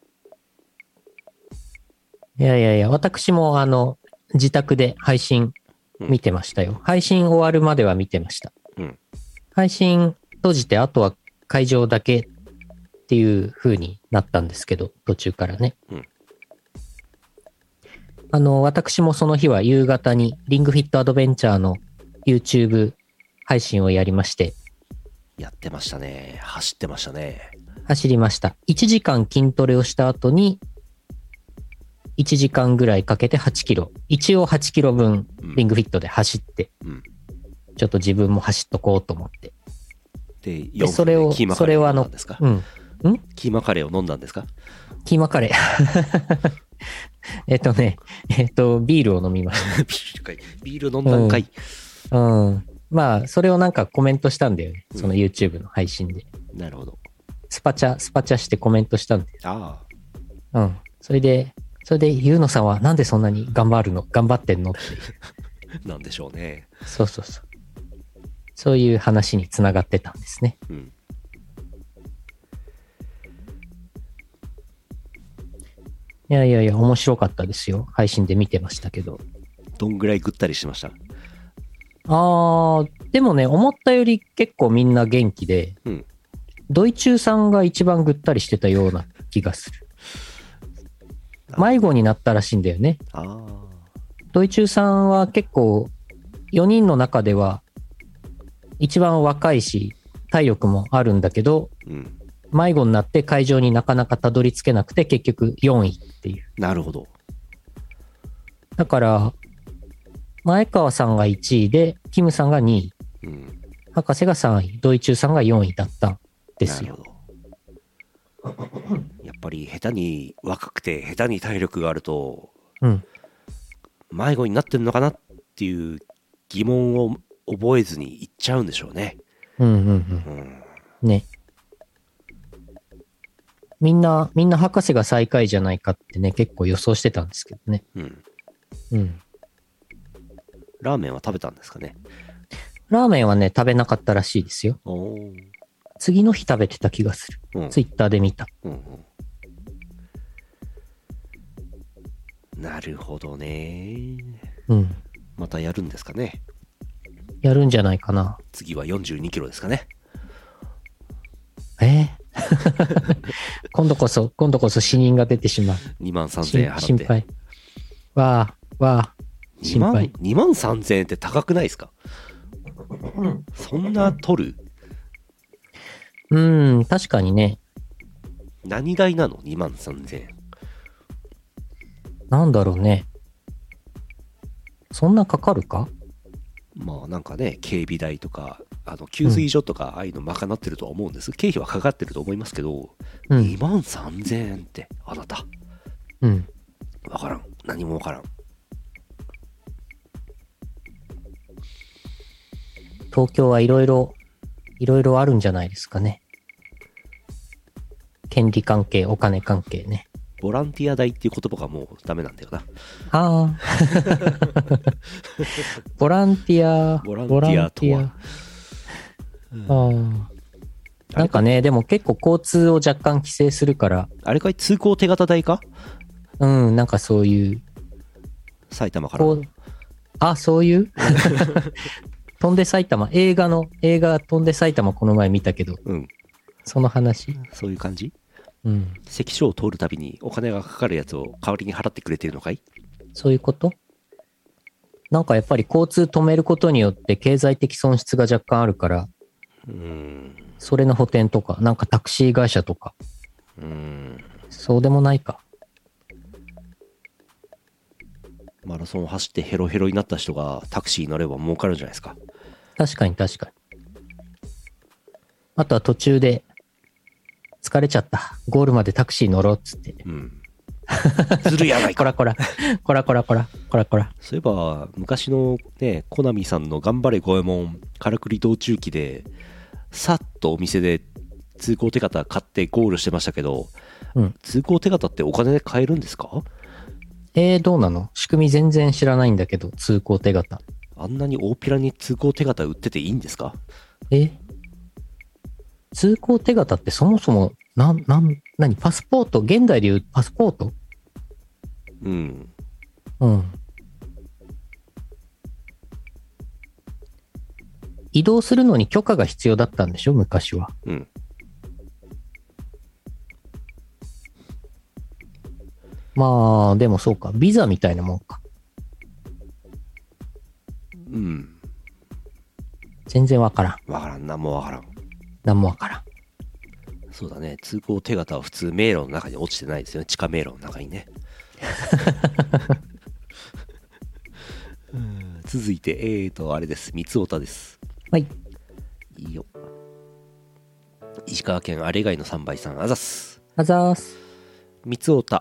[SPEAKER 2] いや、私も自宅で配信見てましたよ。配信終わるまでは見てました。配信閉じて、あとは会場だけっていう風になったんですけど、途中からね。私もその日は夕方にリングフィットアドベンチャーの YouTube 配信をやりまして。
[SPEAKER 1] やってましたね。走ってましたね。
[SPEAKER 2] 走りました。1時間筋トレをした後に、1時間ぐらいかけて8キロ。一応8キロ分リングフィットで走って、ちょっと自分も走っとこうと思って。
[SPEAKER 1] で、それをキーマカレーを飲んだんですか？キーマカレーを飲んだんですか？
[SPEAKER 2] キーマカレー。ビールを飲みました。
[SPEAKER 1] ビール飲んだんかい。
[SPEAKER 2] まあ、それをなんかコメントしたんだよね。その YouTube の配信で。
[SPEAKER 1] なるほど。
[SPEAKER 2] スパチャしてコメントしたんだよ。
[SPEAKER 1] ああ。
[SPEAKER 2] それで、ゆうのさんはなんでそんなに頑張ってんのって。
[SPEAKER 1] なんでしょうね。
[SPEAKER 2] そう。そういう話につながってたんですね。いや、面白かったですよ。配信で見てましたけど。
[SPEAKER 1] どんぐらいぐったりしました？
[SPEAKER 2] でもね、思ったより結構みんな元気で、ドイチューさんが一番ぐったりしてたような気がする。迷子になったらしいんだよね。ドイチューさんは結構4人の中では一番若いし体力もあるんだけど、迷子になって会場になかなかたどり着けなくて結局4位っていう。
[SPEAKER 1] なるほど。
[SPEAKER 2] だから前川さんが1位でキムさんが2位、博士が3位、ドイチューさんが4位だったんですよ。
[SPEAKER 1] やっぱり下手に若くて下手に体力があると、迷子になってんのかなっていう疑問を覚えずにいっちゃうんでしょうね。ね。みんな博士が最下位じゃないかってね、結構予想してたんですけどね。ラーメンは食べたんですかね？ラーメンはね、食べなかったらしいですよ。次の日食べてた気がする。ツイッターで見た。なるほどね。またやるんですかね？やるんじゃないかな。次は42キロですかね？今度こそ死人が出てしまう。23,000円払って。心配。心配。23,000円って高くないですか？そんな取る？確かにね。何代なの？ 23,000 円。なんだろうね。そんなかかるか？まあなんかね、警備代とか給水所とかああいうの賄ってるとは思うんです。経費はかかってると思いますけど、
[SPEAKER 2] うん。
[SPEAKER 1] 2万3000円ってあなた
[SPEAKER 2] うん。
[SPEAKER 1] わからん、何もわからん。
[SPEAKER 2] 東京はいろいろあるんじゃないですかね。権利関係、お金関係ね。
[SPEAKER 1] ボランティア代っていう言葉がもうダメなんだよな。
[SPEAKER 2] ああ。ボランティア。
[SPEAKER 1] ボランティアとは
[SPEAKER 2] ああ。なんかね、でも結構交通を若干規制するから、
[SPEAKER 1] あれかい、通行手形代か、
[SPEAKER 2] うん、なんかそういう、
[SPEAKER 1] 埼玉から。
[SPEAKER 2] こう、あ、そういう飛んで埼玉、映画飛んで埼玉この前見たけど、
[SPEAKER 1] うん、
[SPEAKER 2] その話。
[SPEAKER 1] そういう感じ。
[SPEAKER 2] うん。
[SPEAKER 1] 関所を通るたびにお金がかかるやつを代わりに払ってくれてるのかい。
[SPEAKER 2] そういうこと？なんかやっぱり交通止めることによって経済的損失が若干あるから、それの補填とか、なんかタクシー会社とか、そうでもないか。
[SPEAKER 1] マラソンを走ってヘロヘロになった人がタクシーに乗れば儲かるんじゃないですか。
[SPEAKER 2] 確かに確かに。あとは途中で、疲れちゃった。ゴールまでタクシー乗ろうっつって。
[SPEAKER 1] うん。ずるやないか。
[SPEAKER 2] こらこら、こらこらこら、こらこら。
[SPEAKER 1] そういえば、昔のね、コナミさんの頑張れ五右衛門、からくり道中記で、さっとお店で通行手形買ってゴールしてましたけど、
[SPEAKER 2] うん。
[SPEAKER 1] 通行手形ってお金で買えるんですか？
[SPEAKER 2] どうなの？仕組み全然知らないんだけど、通行手形。
[SPEAKER 1] あんなに大っぴらに通行手形売ってていいんですか？
[SPEAKER 2] 通行手形ってそもそも、何パスポート？現代で言うパスポート？
[SPEAKER 1] うん。
[SPEAKER 2] うん。移動するのに許可が必要だったんでしょ？昔は。
[SPEAKER 1] うん。
[SPEAKER 2] まあ、でもそうか。ビザみたいなもんか。
[SPEAKER 1] うん。
[SPEAKER 2] 全然わからん。
[SPEAKER 1] わからん、なんもわからん。
[SPEAKER 2] なんもわからん。
[SPEAKER 1] そうだね、通行手形は普通迷路の中に落ちてないですよね。地下迷路の中にね。続いて、あれです。三つおたです。
[SPEAKER 2] はい。
[SPEAKER 1] いいよ。石川県あれ以外の3倍さん、あざす。
[SPEAKER 2] あざーす。
[SPEAKER 1] 三つおた。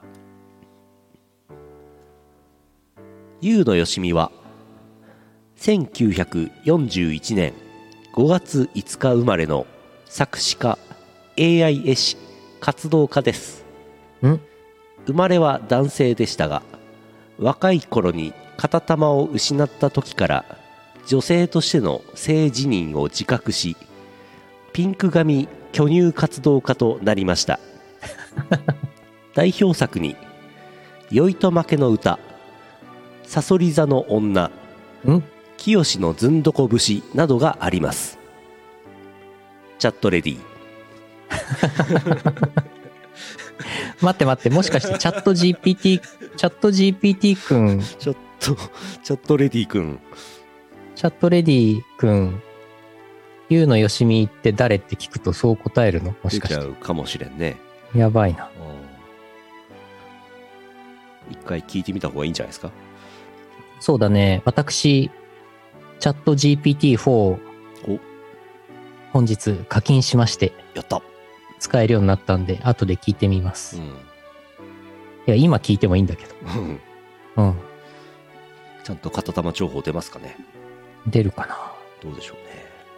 [SPEAKER 1] ゆうのよしみは、1941年5月5日生まれの作詞家、AI 絵師、活動家です。生まれは男性でしたが、若い頃に片玉を失った時から女性としての性自認を自覚し、ピンク髪巨乳活動家となりました。代表作に酔いと負けの歌、さそり座の女、清のずんどこ節などがあります。チャットレディ。
[SPEAKER 2] 待って、もしかしてチャット GPT くん、
[SPEAKER 1] チャットレディくん。
[SPEAKER 2] チャットレディくん、ゆうのよしみって誰って聞くとそう答えるの？もしかして。
[SPEAKER 1] 出ちゃうかもしれんね。
[SPEAKER 2] やばいな。
[SPEAKER 1] 一回聞いてみた方がいいんじゃないですか。
[SPEAKER 2] そうだね。私、チャット GPT-4 本日課金しまして。
[SPEAKER 1] やった。
[SPEAKER 2] 使えるようになったんで、後で聞いてみます。
[SPEAKER 1] うん。
[SPEAKER 2] いや、今聞いてもいいんだけど。うん。
[SPEAKER 1] ちゃんと片玉情報出ますかね。
[SPEAKER 2] 出るかな。
[SPEAKER 1] どうでしょ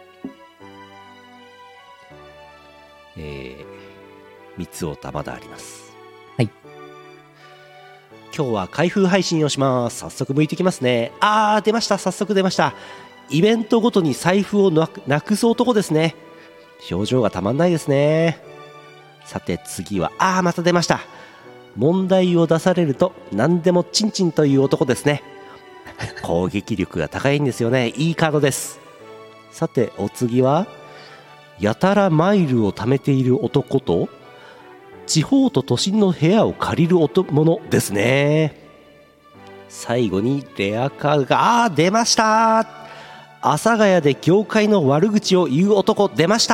[SPEAKER 1] うね。三つおたまだあります。
[SPEAKER 2] はい。
[SPEAKER 1] 今日は開封配信をします。早速向いてきますね。出ました。早速出ました。イベントごとに財布をなくす男ですね。表情がたまんないですね。さて次は、また出ました。問題を出されると何でもチンチンという男ですね。攻撃力が高いんですよね。いいカードです。さてお次は、やたらマイルを貯めている男と地方と都心の部屋を借りる者ですね。最後にレアカードが出ました。阿佐ヶ谷で業界の悪口を言う男出ました。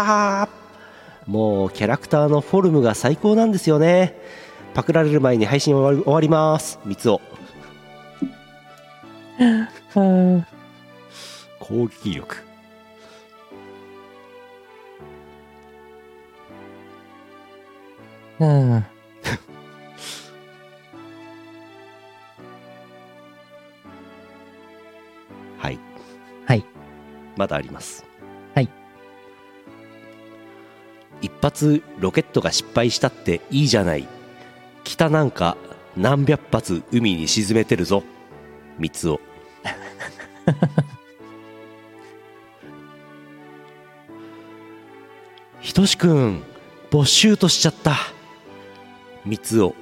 [SPEAKER 1] もうキャラクターのフォルムが最高なんですよね。パクられる前に配信終わります。三つお攻撃力。
[SPEAKER 2] うん。
[SPEAKER 1] はい。
[SPEAKER 2] はい。
[SPEAKER 1] まだあります。
[SPEAKER 2] はい。
[SPEAKER 1] 一発ロケットが失敗したっていいじゃない。北なんか何百発海に沈めてるぞ。三つを。ひとしくん、没収としちゃった。三つを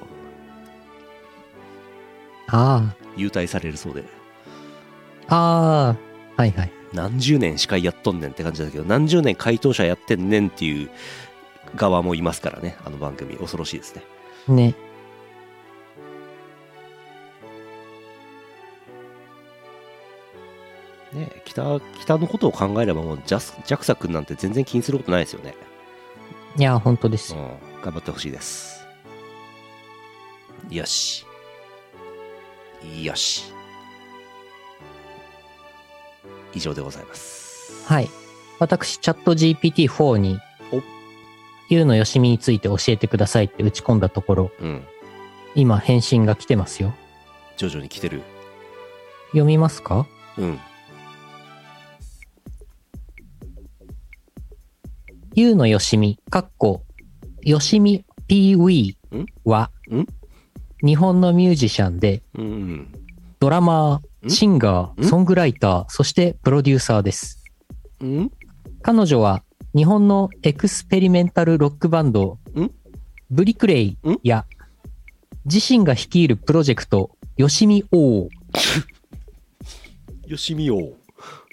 [SPEAKER 2] あ
[SPEAKER 1] 優待されるそうで。
[SPEAKER 2] あ。ああ。はいはい。
[SPEAKER 1] 何十年司会やっとんねんって感じだけど、何十年回答者やってんねんっていう側もいますからね。あの番組恐ろしいですね。
[SPEAKER 2] ね。
[SPEAKER 1] ねえ、北のことを考えればもうJAXA 君なんて全然気にすることないですよね。
[SPEAKER 2] いや、本当です
[SPEAKER 1] うん
[SPEAKER 2] よ。
[SPEAKER 1] 頑張ってほしいです。よしよし、以上でございます。
[SPEAKER 2] はい。私、チャット GPT-4 に
[SPEAKER 1] お、
[SPEAKER 2] ゆうのよしみについて教えてくださいって打ち込んだところ、
[SPEAKER 1] うん
[SPEAKER 2] 今返信が来てますよ。
[SPEAKER 1] 徐々に来てる。
[SPEAKER 2] 読みますか？
[SPEAKER 1] うん
[SPEAKER 2] ゆうのよしみ、よしみ PV は
[SPEAKER 1] ん
[SPEAKER 2] 日本のミュージシャンで、
[SPEAKER 1] うん
[SPEAKER 2] ドラマー、
[SPEAKER 1] ん
[SPEAKER 2] シンガー、
[SPEAKER 1] ん
[SPEAKER 2] ソングライター、そしてプロデューサーです。
[SPEAKER 1] うん
[SPEAKER 2] 彼女は日本のエクスペリメンタルロックバンド
[SPEAKER 1] ん
[SPEAKER 2] ブリクレイや自身が率いるプロジェクトよしみ O
[SPEAKER 1] よしみよう。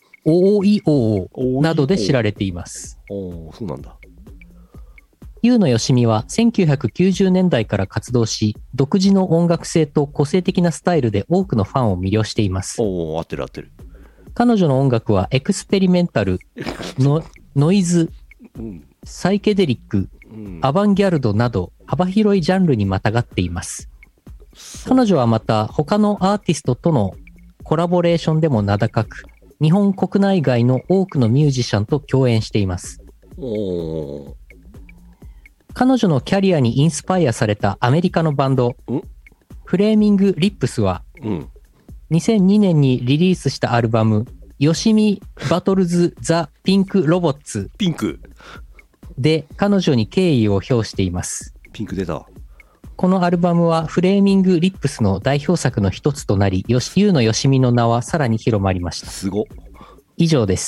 [SPEAKER 2] OEO などで知られています。
[SPEAKER 1] おー、そうなんだ。
[SPEAKER 2] ゆうのよしみは1990年代から活動し、独自の音楽性と個性的なスタイルで多くのファンを魅了しています。
[SPEAKER 1] おー、合ってる合ってる。
[SPEAKER 2] 彼女の音楽はエクスペリメンタル、ノイズ、
[SPEAKER 1] うん
[SPEAKER 2] サイケデリック、
[SPEAKER 1] うん
[SPEAKER 2] アバンギャルドなど幅広いジャンルにまたがっています。彼女はまた他のアーティストとのコラボレーションでも名高く、日本国内外の多くのミュージシャンと共演しています。
[SPEAKER 1] おー、
[SPEAKER 2] 彼女のキャリアにインスパイアされたアメリカのバンド、フレーミング・リップスは、
[SPEAKER 1] うん
[SPEAKER 2] 2002年にリリースしたアルバム、よしみバトルズ・ザ・ピンク・ロボッツ
[SPEAKER 1] ピンク
[SPEAKER 2] で彼女に敬意を表しています。
[SPEAKER 1] ピンク出た。
[SPEAKER 2] このアルバムはフレーミング・リップスの代表作の一つとなり、ゆうのよしみの名はさらに広まりました。
[SPEAKER 1] すごっ。
[SPEAKER 2] 以上です。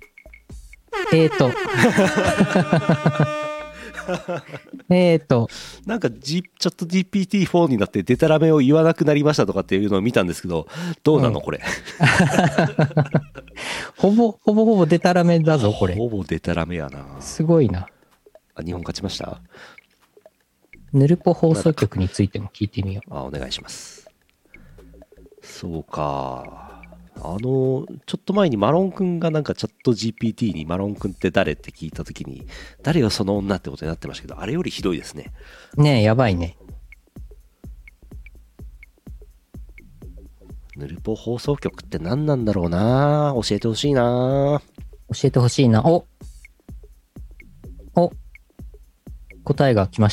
[SPEAKER 1] なんか、チャット GPT-4 になってデタラメを言わなくなりましたとかっていうのを見たんですけど、どうなのこれ。
[SPEAKER 2] ほぼデタラメだぞ、これ。
[SPEAKER 1] ほぼデタラメやな。
[SPEAKER 2] すごいな。
[SPEAKER 1] あ、日本勝ちました？
[SPEAKER 2] ヌルポ放送局についても聞いてみよう。
[SPEAKER 1] あ、お願いします。そうか。ちょっと前にマロンくんがなんかチャット GPT にマロンくんって誰って聞いたときに、誰よその女ってことになってましたけど、あれよりひどいですね。
[SPEAKER 2] ねえ、やばいね。
[SPEAKER 1] ヌルポ放送局って何なんだろうな。教えてほしいな。
[SPEAKER 2] 教えてほしいな。答えが来ました。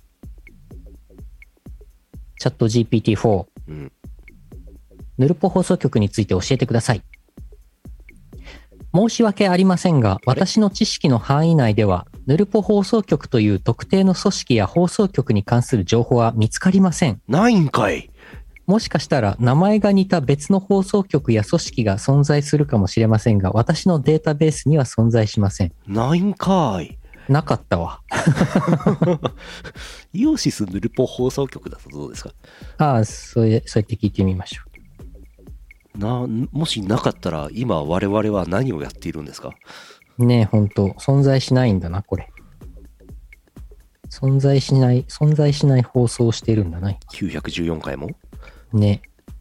[SPEAKER 2] チャット GPT-4。
[SPEAKER 1] うん
[SPEAKER 2] ヌルポ放送局について教えてください。申し訳ありませんが、私の知識の範囲内では、ヌルポ放送局という特定の組織や放送局に関する情報は見つかりません。
[SPEAKER 1] ないんかい。
[SPEAKER 2] もしかしたら名前が似た別の放送局や組織が存在するかもしれませんが、私のデータベースには存在しません。
[SPEAKER 1] ないんかい。
[SPEAKER 2] なかったわ。
[SPEAKER 1] イオシスヌルポ放送局だとどうですか？
[SPEAKER 2] ああ、そうやって聞いてみましょう。
[SPEAKER 1] もしなかったら今我々は何をやっているんですか？
[SPEAKER 2] ねえ、ほんと、存在しないんだな、これ。存在しない放送をしてるんだな。
[SPEAKER 1] 914回も
[SPEAKER 2] ね。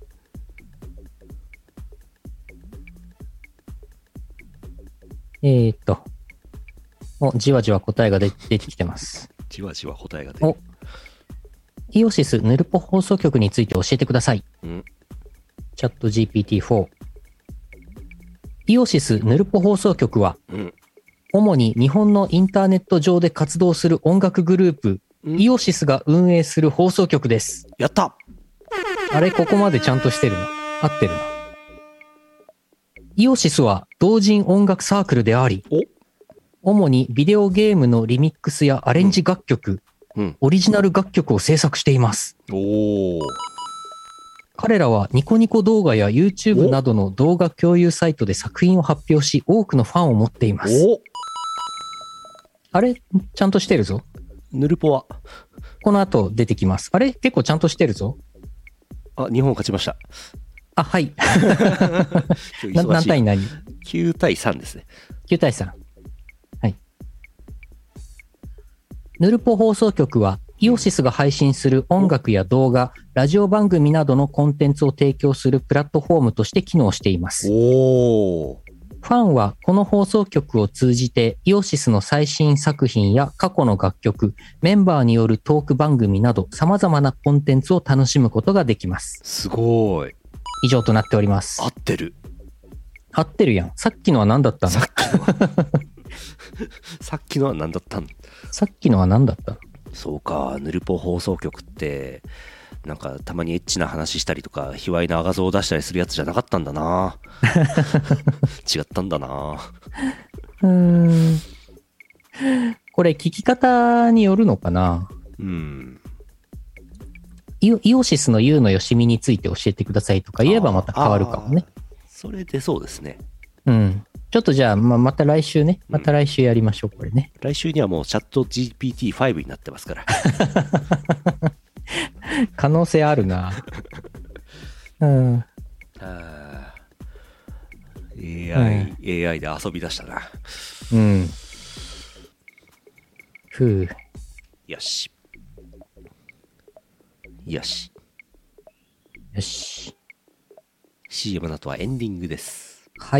[SPEAKER 2] じわじわ答えが出てきてます。
[SPEAKER 1] じわじわ答えが出る。
[SPEAKER 2] イオシスヌルポ放送局について教えてください。チャット GPT-4。イオシスヌルポ放送局は、主に日本のインターネット上で活動する音楽グループ、 イオシスが運営する放送局です。
[SPEAKER 1] やった。
[SPEAKER 2] あれ、ここまでちゃんとしてるの？合ってるな。イオシスは同人音楽サークルであり、主にビデオゲームのリミックスやアレンジ楽曲、オリジナル楽曲を制作しています。彼らはニコニコ動画や YouTube などの動画共有サイトで作品を発表し、多くのファンを持っています。あれ、ちゃんとしてるぞ。
[SPEAKER 1] ヌルポは
[SPEAKER 2] この後出てきます。あれ、結構ちゃんとしてるぞ。
[SPEAKER 1] あ、日本勝ちました。
[SPEAKER 2] あ、はい。何対何？
[SPEAKER 1] 9 対3ですね。
[SPEAKER 2] 9対3。はい。ヌルポ放送局は、イオシスが配信する音楽や動画、ラジオ番組などのコンテンツを提供するプラットフォームとして機能しています。ファンはこの放送局を通じてイオシスの最新作品や過去の楽曲、メンバーによるトーク番組など様々なコンテンツを楽しむことができます。
[SPEAKER 1] すごい。
[SPEAKER 2] 以上となっております。
[SPEAKER 1] 合ってる。
[SPEAKER 2] 合ってるやん。さっきのは何だったの？
[SPEAKER 1] さっきのは何だったの？
[SPEAKER 2] さっきのは何だったの？
[SPEAKER 1] そうか、ヌルポ放送局ってなんかたまにエッチな話したりとか卑猥な画像を出したりするやつじゃなかったんだな。違ったんだな。
[SPEAKER 2] これ聞き方によるのかな。イオシスの U のよしみについて教えてくださいとか言えばまた変わるかもね。
[SPEAKER 1] それでそうですね。
[SPEAKER 2] ちょっとじゃあ、また来週ね。また来週やりましょう、これね。
[SPEAKER 1] 来週にはもうチャット GPT-5 になってますから。
[SPEAKER 2] 可能性あるな。
[SPEAKER 1] AI で遊び出したな。よし。よし。
[SPEAKER 2] よし。
[SPEAKER 1] CM の後はエンディングです。
[SPEAKER 2] はい。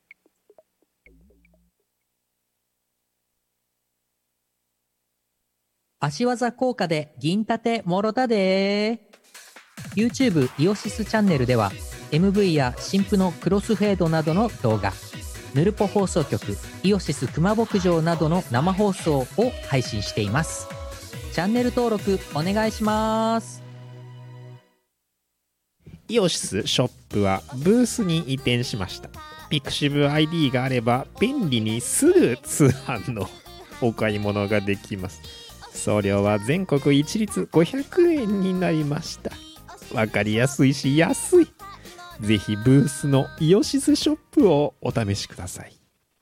[SPEAKER 2] 足技効果で銀盾もろたでー。 YouTube イオシスチャンネルでは MV や新婦のクロスフェードなどの動画、ヌルポ放送局、イオシス熊牧場などの生放送を配信しています。チャンネル登録お願いします。
[SPEAKER 4] イオシスショップはブースに移転しました。ピクシブ ID があれば便利にすぐ通販のお買い物ができます。送料は全国一律500円になりました。わかりやすいし安い。ぜひブースのイオシスショップをお試しください。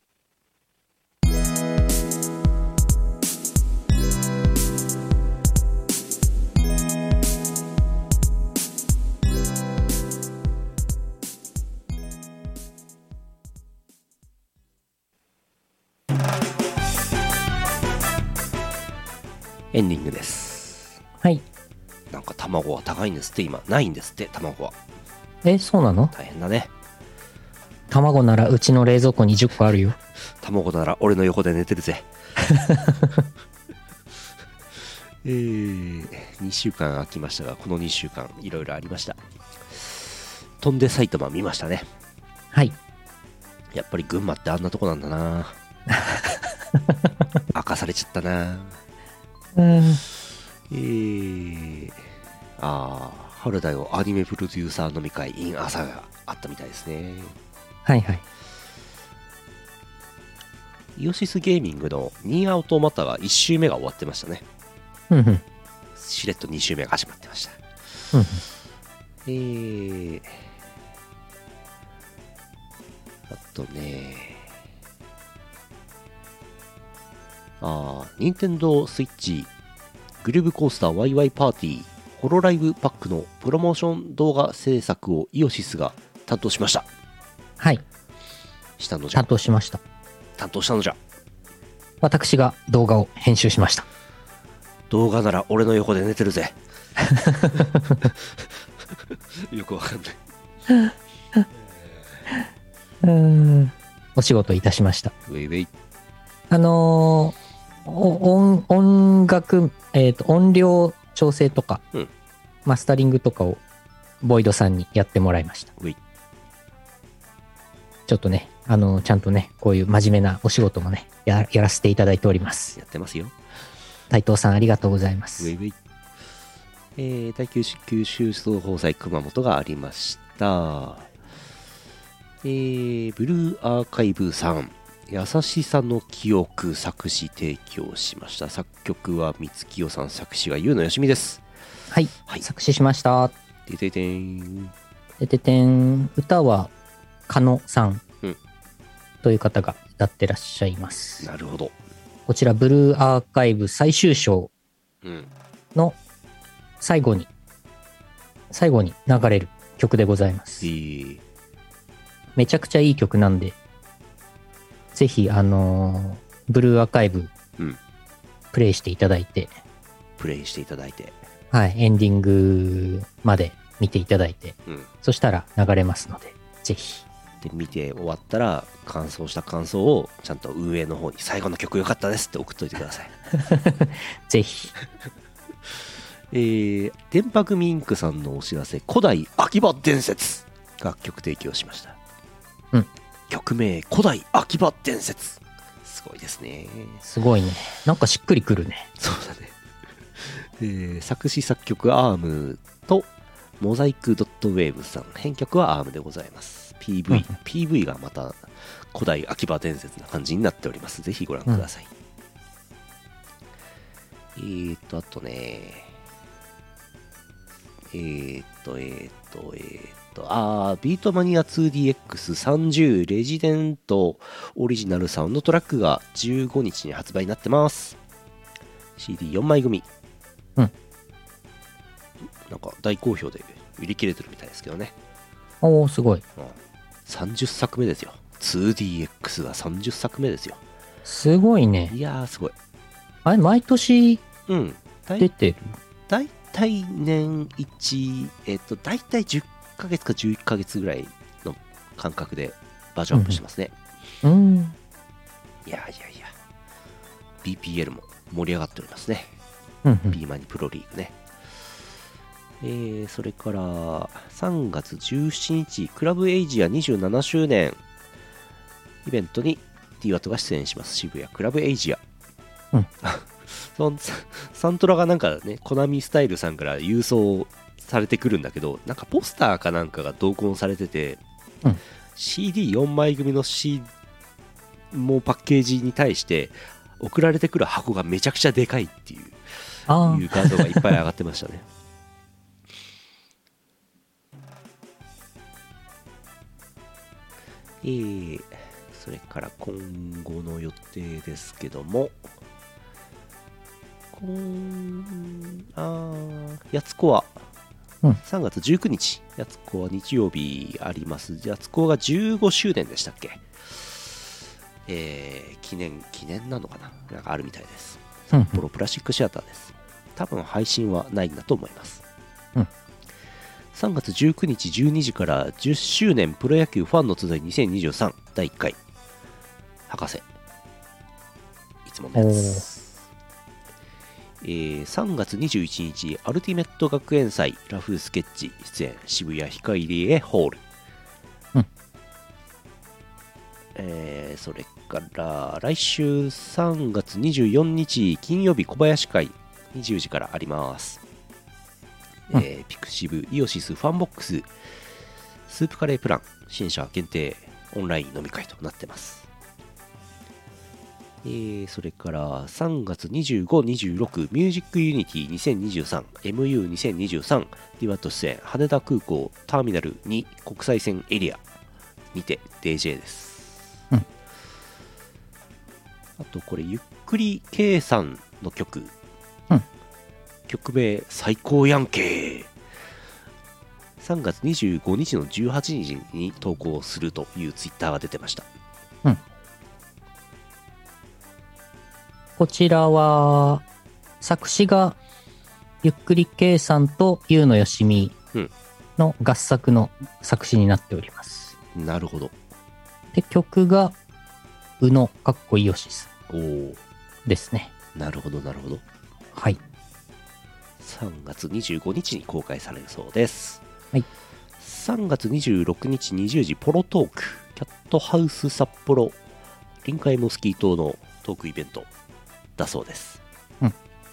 [SPEAKER 1] エンディングです。
[SPEAKER 2] はい。
[SPEAKER 1] なんか卵は高いんですって。今ないんですって、卵は。
[SPEAKER 2] そうなの？
[SPEAKER 1] 大変だね。
[SPEAKER 2] 卵ならうちの冷蔵庫に10個あるよ。
[SPEAKER 1] 卵なら俺の横で寝てるぜ。2週間空きましたが、この2週間いろいろありました。飛んで埼玉見ましたね。
[SPEAKER 2] はい。
[SPEAKER 1] やっぱり群馬ってあんなとこなんだな。明かされちゃったな。春だよアニメプロデューサー飲み会 in 朝があったみたいですね。
[SPEAKER 2] はいはい。
[SPEAKER 1] イオシスゲーミングのニーアウトマタが1周目が終わってましたね。しれっと2周目が始まってました。あとね、任天堂スイッチグルーブコースターワイワイパーティーホロライブパックのプロモーション動画制作をイオシスが担当しました。
[SPEAKER 2] はい。
[SPEAKER 1] したのじゃ。
[SPEAKER 2] 担当しました。
[SPEAKER 1] 担当したのじゃ。
[SPEAKER 2] 私が動画を編集しました。
[SPEAKER 1] 動画なら俺の横で寝てるぜ。よくわかん
[SPEAKER 2] ない。お仕事いたしました。
[SPEAKER 1] ウェイウェイ。
[SPEAKER 2] 音楽、音量調整とか、マスタリングとかをボイドさんにやってもらいました。ちょっとね、ちゃんとね、こういう真面目なお仕事もね、やらせていただいております。
[SPEAKER 1] やってますよ。
[SPEAKER 2] 斉藤さんありがとうございま
[SPEAKER 1] ウ
[SPEAKER 2] す。
[SPEAKER 1] ェイウェイ。第99週総放送熊本がありました。ブルーアーカイブさん、優しさの記憶作詞提供しました。作曲は三月代さん、作詞が優野よしみです。
[SPEAKER 2] はい、
[SPEAKER 1] はい、
[SPEAKER 2] 作詞しました。
[SPEAKER 1] てててん。
[SPEAKER 2] てててん。歌は加野さん
[SPEAKER 1] うん
[SPEAKER 2] という方が歌ってらっしゃいます。
[SPEAKER 1] なるほど。
[SPEAKER 2] こちらブルーアーカイブ最終章
[SPEAKER 1] うん
[SPEAKER 2] の最後に流れる曲でございます。めちゃくちゃいい曲なんで、ぜひブルーアーカイブ
[SPEAKER 1] うん
[SPEAKER 2] プレイしていただいて、
[SPEAKER 1] プレイしていただいて、
[SPEAKER 2] はい、エンディングまで見ていただいて、
[SPEAKER 1] うん
[SPEAKER 2] そしたら流れますので、ぜひ。
[SPEAKER 1] で見て終わったら感想した感想をちゃんと運営の方に最後の曲良かったですって送っといてください。
[SPEAKER 2] ぜひ。
[SPEAKER 1] 電波組インクさんのお知らせ、古代秋葉伝説楽曲提供しました。
[SPEAKER 2] うん。
[SPEAKER 1] 曲名古代秋葉伝説、すごいですね。
[SPEAKER 2] すごいね。なんかしっくりくるね。
[SPEAKER 1] そうだね。作詞作曲アームとモザイクドットウェーブさん、編曲はアームでございます。PV がまた古代秋葉伝説な感じになっております。ぜひご覧ください。あとね、ビートマニア 2DX30 レジデントオリジナルサウンドトラックが15日に発売になってます。 CD4 枚組。
[SPEAKER 2] うん。
[SPEAKER 1] なんか大好評で売り切れてるみたいですけどね。
[SPEAKER 2] おー、すごい。
[SPEAKER 1] 30作目ですよ。 2DX が30作目ですよ。
[SPEAKER 2] すごいね。
[SPEAKER 1] いやーすごい。
[SPEAKER 2] あれ、毎年
[SPEAKER 1] うん
[SPEAKER 2] 出てる？
[SPEAKER 1] 大体年1、大体10ヶ月か11ヶ月ぐらいの間隔でバージョンアップしてますね。いやいやいや、BPL も盛り上がっておりますね。B マニプロリーグね。それから3月17日、クラブエイジア27周年イベントに DWAT が出演します。渋谷クラブエイジア。サントラがなんかね、コナミスタイルさんから郵送されてくるんだけど、なんかポスターかなんかが同梱されてて、CD4 枚組のもうパッケージに対して送られてくる箱がめちゃくちゃでかいっていう画像がいっぱい上がってましたね。それから今後の予定ですけども、やつこは3月19日、やつこは日曜日あります。やつこが15周年でしたっけ。記念なのかな、なんかあるみたいです。札幌プラスチックシアターです。多分配信はないんだと思います。3月19日12時から10周年プロ野球ファンの集い2023第1回博士、いつものやつ。3月21日アルティメット学園祭ラフスケッチ出演渋谷ヒカイリエホール。それから来週3月24日金曜日小林会20時からあります。ピクシブイオシスファンボックススープカレープラン新社限定オンライン飲み会となってます。それから3月25、26ミュージックユニティ 2023MU2023 DWAT 出演羽田空港ターミナル2国際線エリアにて DJ です。あとこれゆっくり K さんの曲、曲名最高やんけ3月25日の18時に投稿するというツイッターが出てました。
[SPEAKER 2] こちらは作詞がゆっくり K さんと優野よしみの合作の作詞になっております。
[SPEAKER 1] なるほど。
[SPEAKER 2] で曲が宇野かっこイオシスですね。
[SPEAKER 1] なるほどなるほど。
[SPEAKER 2] はい。
[SPEAKER 1] 3月25日に公開されるそうです。
[SPEAKER 2] はい。
[SPEAKER 1] 3月26日20時ポロトークキャットハウス札幌臨海モスキー島のトークイベントだそうです。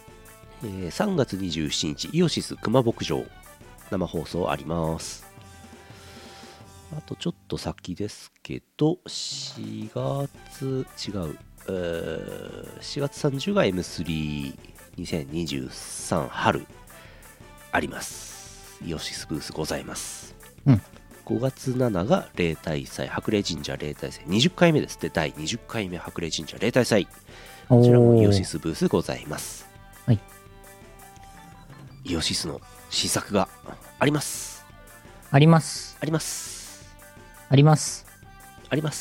[SPEAKER 1] 3月27日、イオシス熊牧場、生放送あります。あとちょっと先ですけど、4月、4月30が M32023 春あります。イオシスブースございます。
[SPEAKER 2] うん。
[SPEAKER 1] 5月7が例大祭、白麗神社例大祭、20回目ですって、第20回目白麗神社例大祭。こちらもイオシスブースございます。
[SPEAKER 2] はい。
[SPEAKER 1] イオシスの新作があります。
[SPEAKER 2] あります。
[SPEAKER 1] あります。
[SPEAKER 2] あります。
[SPEAKER 1] あります。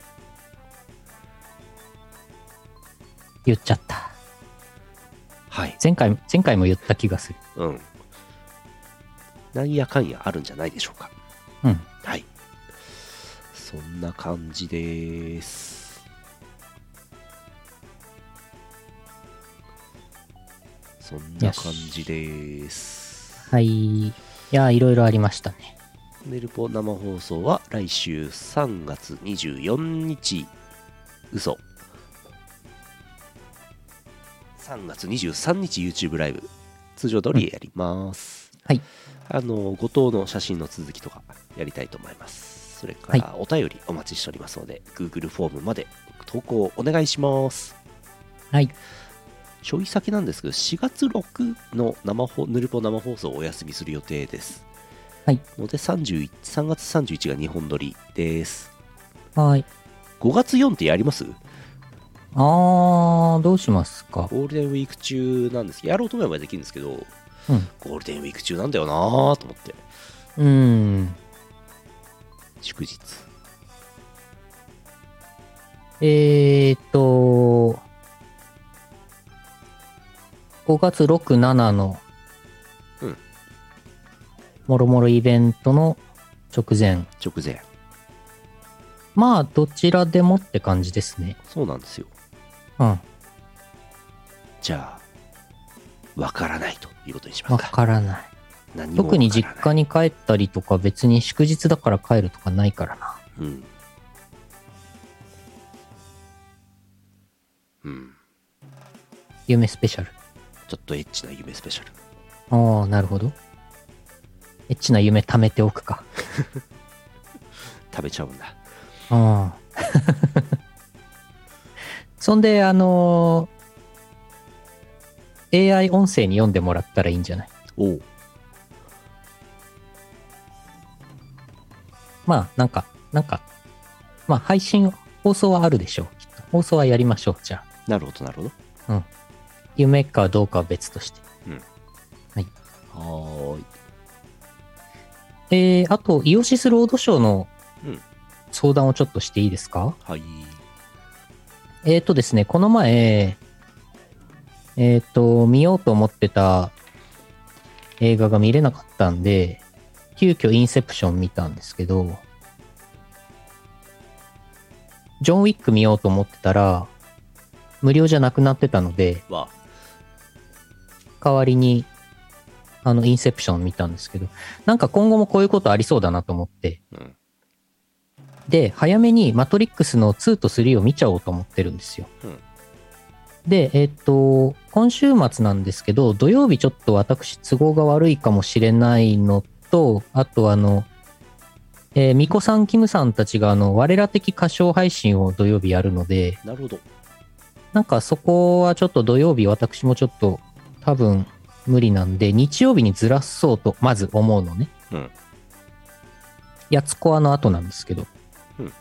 [SPEAKER 2] 言っちゃった。
[SPEAKER 1] はい。
[SPEAKER 2] 前回も言った気がする。
[SPEAKER 1] うん。なんやかんやあるんじゃないでしょうか。
[SPEAKER 2] うん。
[SPEAKER 1] はい。そんな感じです。そんな感じです。
[SPEAKER 2] はい。いや、いろいろありましたね。
[SPEAKER 1] メルポ生放送は来週3月24日、嘘。3月23日 YouTube ライブ、通常通りやります。
[SPEAKER 2] はい。
[SPEAKER 1] 後藤の写真の続きとかやりたいと思います。それからお便りお待ちしておりますので、Google フォームまで投稿お願いします。
[SPEAKER 2] はい。
[SPEAKER 1] ちょい先なんですけど、4月6のヌルポ生放送をお休みする予定です。
[SPEAKER 2] はい。
[SPEAKER 1] ので3月31が2本撮りです。
[SPEAKER 2] はい。
[SPEAKER 1] 5月4ってやります？
[SPEAKER 2] どうしますか。
[SPEAKER 1] ゴールデンウィーク中なんですけど、やろうと思えばできるんですけど、
[SPEAKER 2] うん。
[SPEAKER 1] ゴールデンウィーク中なんだよなぁと思って。祝日。
[SPEAKER 2] 5月6、7の、
[SPEAKER 1] うん。
[SPEAKER 2] もろもろイベントの直前。まあ、どちらでもって感じですね。
[SPEAKER 1] そうなんですよ。
[SPEAKER 2] うん。
[SPEAKER 1] じゃあ、わからないということにしますか。
[SPEAKER 2] わからない。
[SPEAKER 1] 何もわからない。
[SPEAKER 2] 特に実家に帰ったりとか、別に祝日だから帰るとかないからな。
[SPEAKER 1] うん。うん。
[SPEAKER 2] 夢スペシャル。
[SPEAKER 1] ちょっとエッチな夢スペシャル。
[SPEAKER 2] ああ、なるほど。エッチな夢貯めておくか。
[SPEAKER 1] 食べちゃうんだ。
[SPEAKER 2] ああ。そんで、AI 音声に読んでもらったらいいんじゃない？
[SPEAKER 1] おう。
[SPEAKER 2] まあ、まあ、放送はあるでしょう。きっと放送はやりましょう、じゃ
[SPEAKER 1] なるほど、なるほど。
[SPEAKER 2] あ。うん。夢かどうかは別として。
[SPEAKER 1] うん。
[SPEAKER 2] はい。
[SPEAKER 1] はーい。
[SPEAKER 2] あと、イオシスロードショーの
[SPEAKER 1] うん
[SPEAKER 2] 相談をちょっとしていいですか？
[SPEAKER 1] はい。
[SPEAKER 2] ですね、この前、見ようと思ってた映画が見れなかったんで、急遽インセプション見たんですけど、ジョン・ウィック見ようと思ってたら、無料じゃなくなってたので、
[SPEAKER 1] わ。
[SPEAKER 2] 代わりに、インセプション見たんですけど、なんか今後もこういうことありそうだなと思って、
[SPEAKER 1] うん。
[SPEAKER 2] で、早めにマトリックスの2と3を見ちゃおうと思ってるんですよ。
[SPEAKER 1] うん
[SPEAKER 2] で、今週末なんですけど、土曜日ちょっと私都合が悪いかもしれないのと、あとミコさん、キムさんたちが我ら的歌唱配信を土曜日やるので、
[SPEAKER 1] なるほど。
[SPEAKER 2] なんかそこはちょっと土曜日私もちょっと多分無理なんで、日曜日にずらそうとまず思うのね。
[SPEAKER 1] うん。
[SPEAKER 2] やつこの後なんですけど。
[SPEAKER 1] うん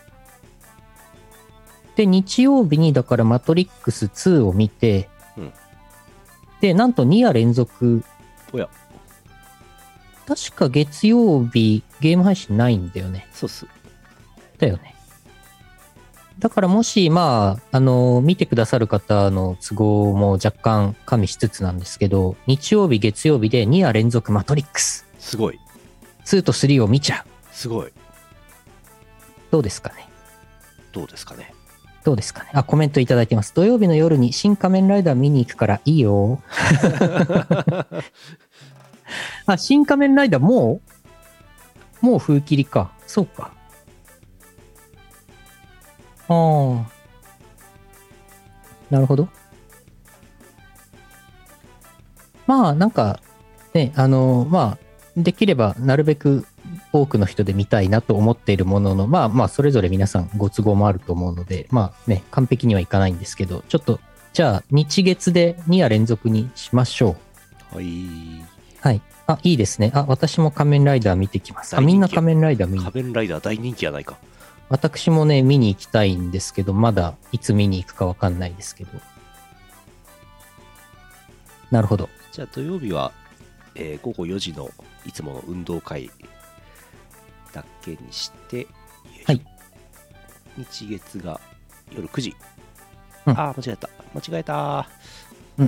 [SPEAKER 2] で、日曜日にだからマトリックス2を見て、
[SPEAKER 1] うん
[SPEAKER 2] で、なんと2夜連続、
[SPEAKER 1] おや、
[SPEAKER 2] 確か月曜日ゲーム配信ないんだよね。
[SPEAKER 1] そうっす。
[SPEAKER 2] だよね。だからもし、まあ、見てくださる方の都合も若干加味しつつなんですけど、日曜日、月曜日で2夜連続マトリックス。
[SPEAKER 1] すごい。
[SPEAKER 2] 2と3を見ちゃう。
[SPEAKER 1] すごい。
[SPEAKER 2] どうですかね。
[SPEAKER 1] どうですかね。
[SPEAKER 2] どうですかね。あ、コメントいただいてます。土曜日の夜に新仮面ライダー見に行くからいいよ。あ、新仮面ライダーもう封切りか。そうか。ああ。なるほど。 まあなんかね、まあできればなるべく多くの人で見たいなと思っているものの、まあまあそれぞれ皆さんご都合もあると思うので、まあね、完璧にはいかないんですけど、ちょっとじゃあ日月で2夜連続にしましょう。
[SPEAKER 1] はい。
[SPEAKER 2] はい。あ、いいですね。あ、私も仮面ライダー見てきます。あ、みんな仮面ライダー見に。
[SPEAKER 1] 仮面ライダー大人気やないか。
[SPEAKER 2] 私もね、見に行きたいんですけど、まだいつ見に行くかわかんないですけど。なるほど。
[SPEAKER 1] じゃあ土曜日は、午後4時のいつもの運動会だけにして、
[SPEAKER 2] はい。
[SPEAKER 1] 日月が夜9時。
[SPEAKER 2] うん
[SPEAKER 1] ああ、間違えた。間違えた。
[SPEAKER 2] うん。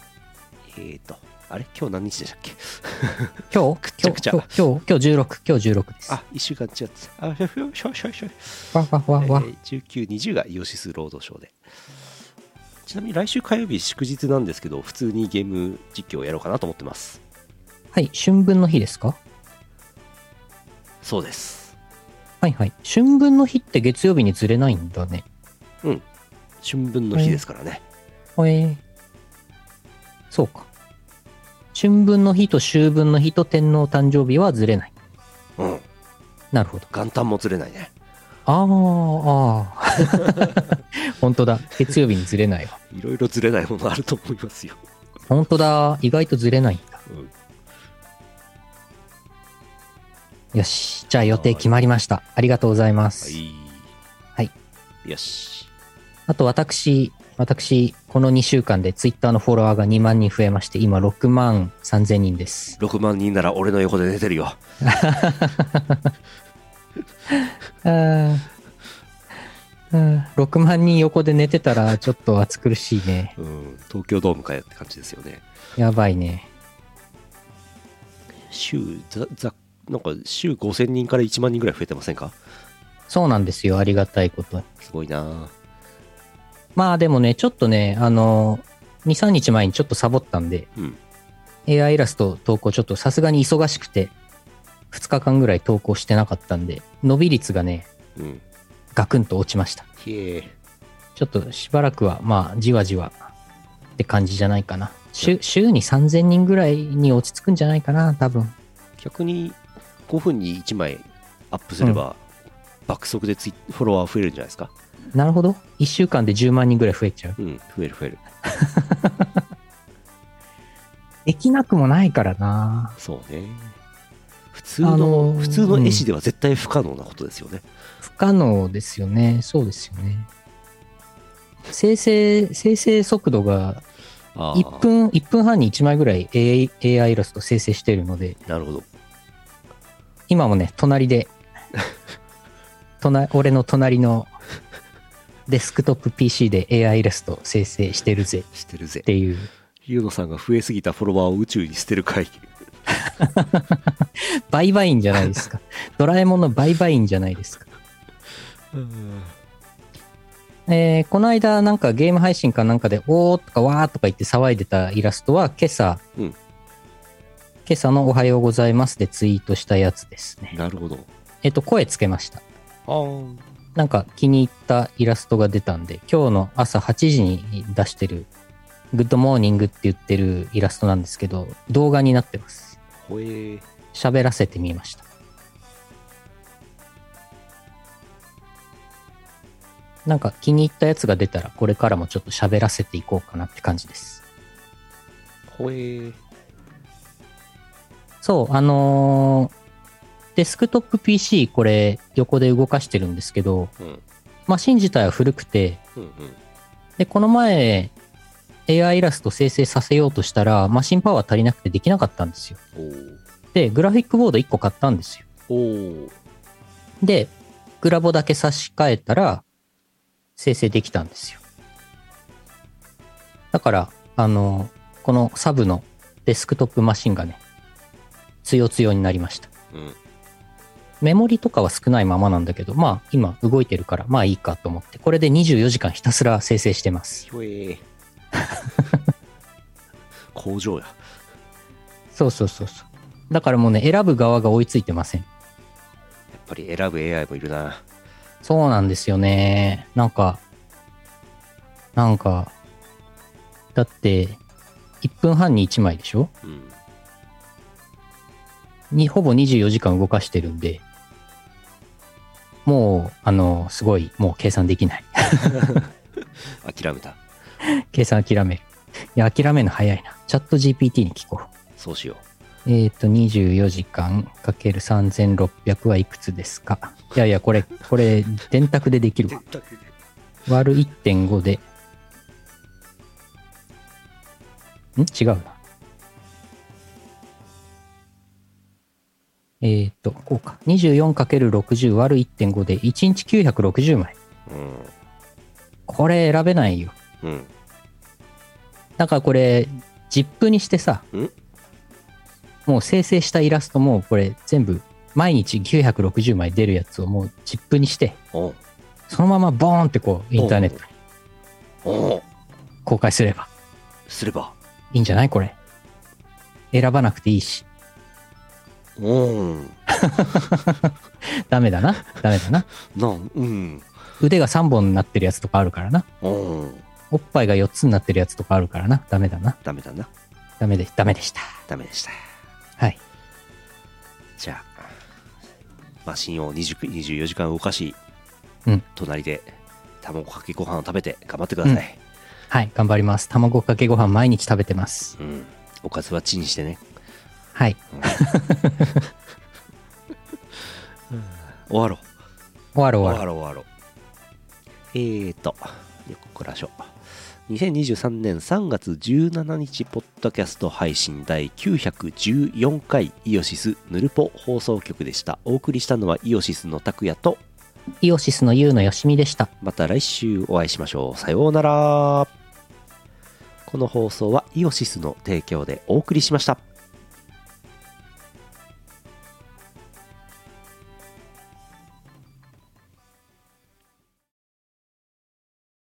[SPEAKER 1] あれ今日何日でしたっけ？
[SPEAKER 2] 今日
[SPEAKER 1] くっちゃくちゃ。
[SPEAKER 2] 今日16です。
[SPEAKER 1] あ、1週間違ってた。あ、ひょひょひょひょひょ。
[SPEAKER 2] わ。
[SPEAKER 1] 19、20がイオシスロードショーで。ちなみに来週火曜日祝日なんですけど、普通にゲーム実況をやろうかなと思ってます。
[SPEAKER 2] はい、春分の日ですか？
[SPEAKER 1] そうです。
[SPEAKER 2] はいはい。春分の日って月曜日にずれないんだね。
[SPEAKER 1] うん。春分の日ですからね。
[SPEAKER 2] そうか。春分の日と秋分の日と天皇誕生日はずれない。
[SPEAKER 1] うん。
[SPEAKER 2] なるほど。
[SPEAKER 1] 元旦もずれないね。
[SPEAKER 2] ああ。本当だ。月曜日にずれないわ。
[SPEAKER 1] いろいろずれないものあると思いますよ。
[SPEAKER 2] 本当だ。意外とずれないんだ。よし。じゃあ予定決まりました。ありがとうございます。はい。
[SPEAKER 1] よし。
[SPEAKER 2] あと私、この2週間でツイッターのフォロワーが2万人増えまして、今6万3000人です。
[SPEAKER 1] 6万人なら俺の横で寝てるよ。
[SPEAKER 2] 6万人横で寝てたらちょっと暑苦しいね。
[SPEAKER 1] うん、東京ドームかよって感じですよね。
[SPEAKER 2] やばいね。
[SPEAKER 1] なんか週5000人から1万人ぐらい増えてませんか？
[SPEAKER 2] そうなんですよ。ありがたいことに。
[SPEAKER 1] すごいな。
[SPEAKER 2] まあでもね、ちょっとね、2、3日前にちょっとサボったんで、
[SPEAKER 1] うん、
[SPEAKER 2] AI イラスト投稿ちょっとさすがに忙しくて、2日間ぐらい投稿してなかったんで、伸び率がね、ガクンと落ちました。ちょっとしばらくは、まあ、じわじわって感じじゃないかな。週に3000人ぐらいに落ち着くんじゃないかな、多分。
[SPEAKER 1] 逆に5分に1枚アップすれば、爆速でフォロワー増えるんじゃないですか？
[SPEAKER 2] なるほど。1週間で10万人ぐらい増えちゃう。
[SPEAKER 1] うん、増える。
[SPEAKER 2] できなくもないからな。
[SPEAKER 1] そうね。普通の絵師では絶対不可能なことですよね。
[SPEAKER 2] 不可能ですよね。そうですよね。生成速度が1分半に1枚ぐらい AI イラスト生成しているので。
[SPEAKER 1] なるほど。
[SPEAKER 2] 今もね、隣で俺の隣のデスクトップ PC で AI イラスト生成してるぜっていう。
[SPEAKER 1] ユーノさんが増えすぎたフォロワーを宇宙に捨てる会。
[SPEAKER 2] 売買員じゃないですか。ドラえもんの売買員じゃないですか。この間なんかゲーム配信かなんかでおーとかわーとか言って騒いでたイラストは今朝のおはようございますでツイートしたやつですね。
[SPEAKER 1] なるほど。
[SPEAKER 2] 声つけました。なんか気に入ったイラストが出たんで、今日の朝8時に出してるグッドモーニングって言ってるイラストなんですけど、動画になってます。喋らせてみました。なんか気に入ったやつが出たらこれからもちょっと喋らせていこうかなって感じです。そう、デスクトップ PC これ横で動かしてるんですけど、マシン自体は古くて、で、この前 AI イラスト生成させようとしたらマシンパワー足りなくてできなかったんですよ。で、グラフィックボード1個買ったんですよ。で、グラボだけ差し替えたら生成できたんですよ。だから、このサブのデスクトップマシンがね、強になりました。メモリとかは少ないままなんだけど、まあ今動いてるからまあいいかと思って、これで24時間ひたすら生成してます。
[SPEAKER 1] 工場や。
[SPEAKER 2] そう。だからもうね、選ぶ側が追いついてません。や
[SPEAKER 1] っぱり選ぶ AI もいるな。
[SPEAKER 2] そうなんですよね。なんか、だって、 1分半に1枚でしょ
[SPEAKER 1] うん
[SPEAKER 2] にほぼ24時間動かしてるんで、もう、すごい、もう計算できない。
[SPEAKER 1] 諦めた。
[SPEAKER 2] 計算諦める。いや、諦めるの早いな。チャット GPT に聞こ
[SPEAKER 1] そうしよ
[SPEAKER 2] う。24時間かける3600はいくつですか？いやいや、これ、電卓でできるわ。割る 1.5 で。違うな。こうか。24×60 割る 1.5 で1日960枚。これ選べないよ。
[SPEAKER 1] う。うん。
[SPEAKER 2] だからこれ、ZIP にしてさ、
[SPEAKER 1] ん
[SPEAKER 2] もう生成したイラストもこれ全部毎日960枚出るやつをもう ZIP にして、
[SPEAKER 1] おう
[SPEAKER 2] そのままボーンってこうインターネットに
[SPEAKER 1] おう
[SPEAKER 2] 公開すれば
[SPEAKER 1] すれば。
[SPEAKER 2] いいんじゃないこれ。選ばなくていいし。ダメだな。
[SPEAKER 1] うん。
[SPEAKER 2] 腕が3本になってるやつとかあるからな。
[SPEAKER 1] お
[SPEAKER 2] おっぱいが4つになってるやつとかあるからな。ダメだな。
[SPEAKER 1] ダメだな。
[SPEAKER 2] ダメでした。
[SPEAKER 1] ダメでした。
[SPEAKER 2] はい。
[SPEAKER 1] じゃあ、マシンを24時間動かし、
[SPEAKER 2] うん
[SPEAKER 1] 隣で卵かけご飯を食べて頑張ってください。
[SPEAKER 2] はい、頑張ります。卵かけご飯毎日食べてます。
[SPEAKER 1] うん。おかずはチンしてね。
[SPEAKER 2] はい。
[SPEAKER 1] 終わろう。
[SPEAKER 2] 終わろう。
[SPEAKER 1] ここらしょ。2023年3月17日ポッドキャスト配信第914回イオシスヌルポ放送局でした。お送りしたのはイオシスの拓也と、
[SPEAKER 2] イオシスのユウのよしみでした。
[SPEAKER 1] また来週お会いしましょう。さようなら。この放送はイオシスの提供でお送りしました。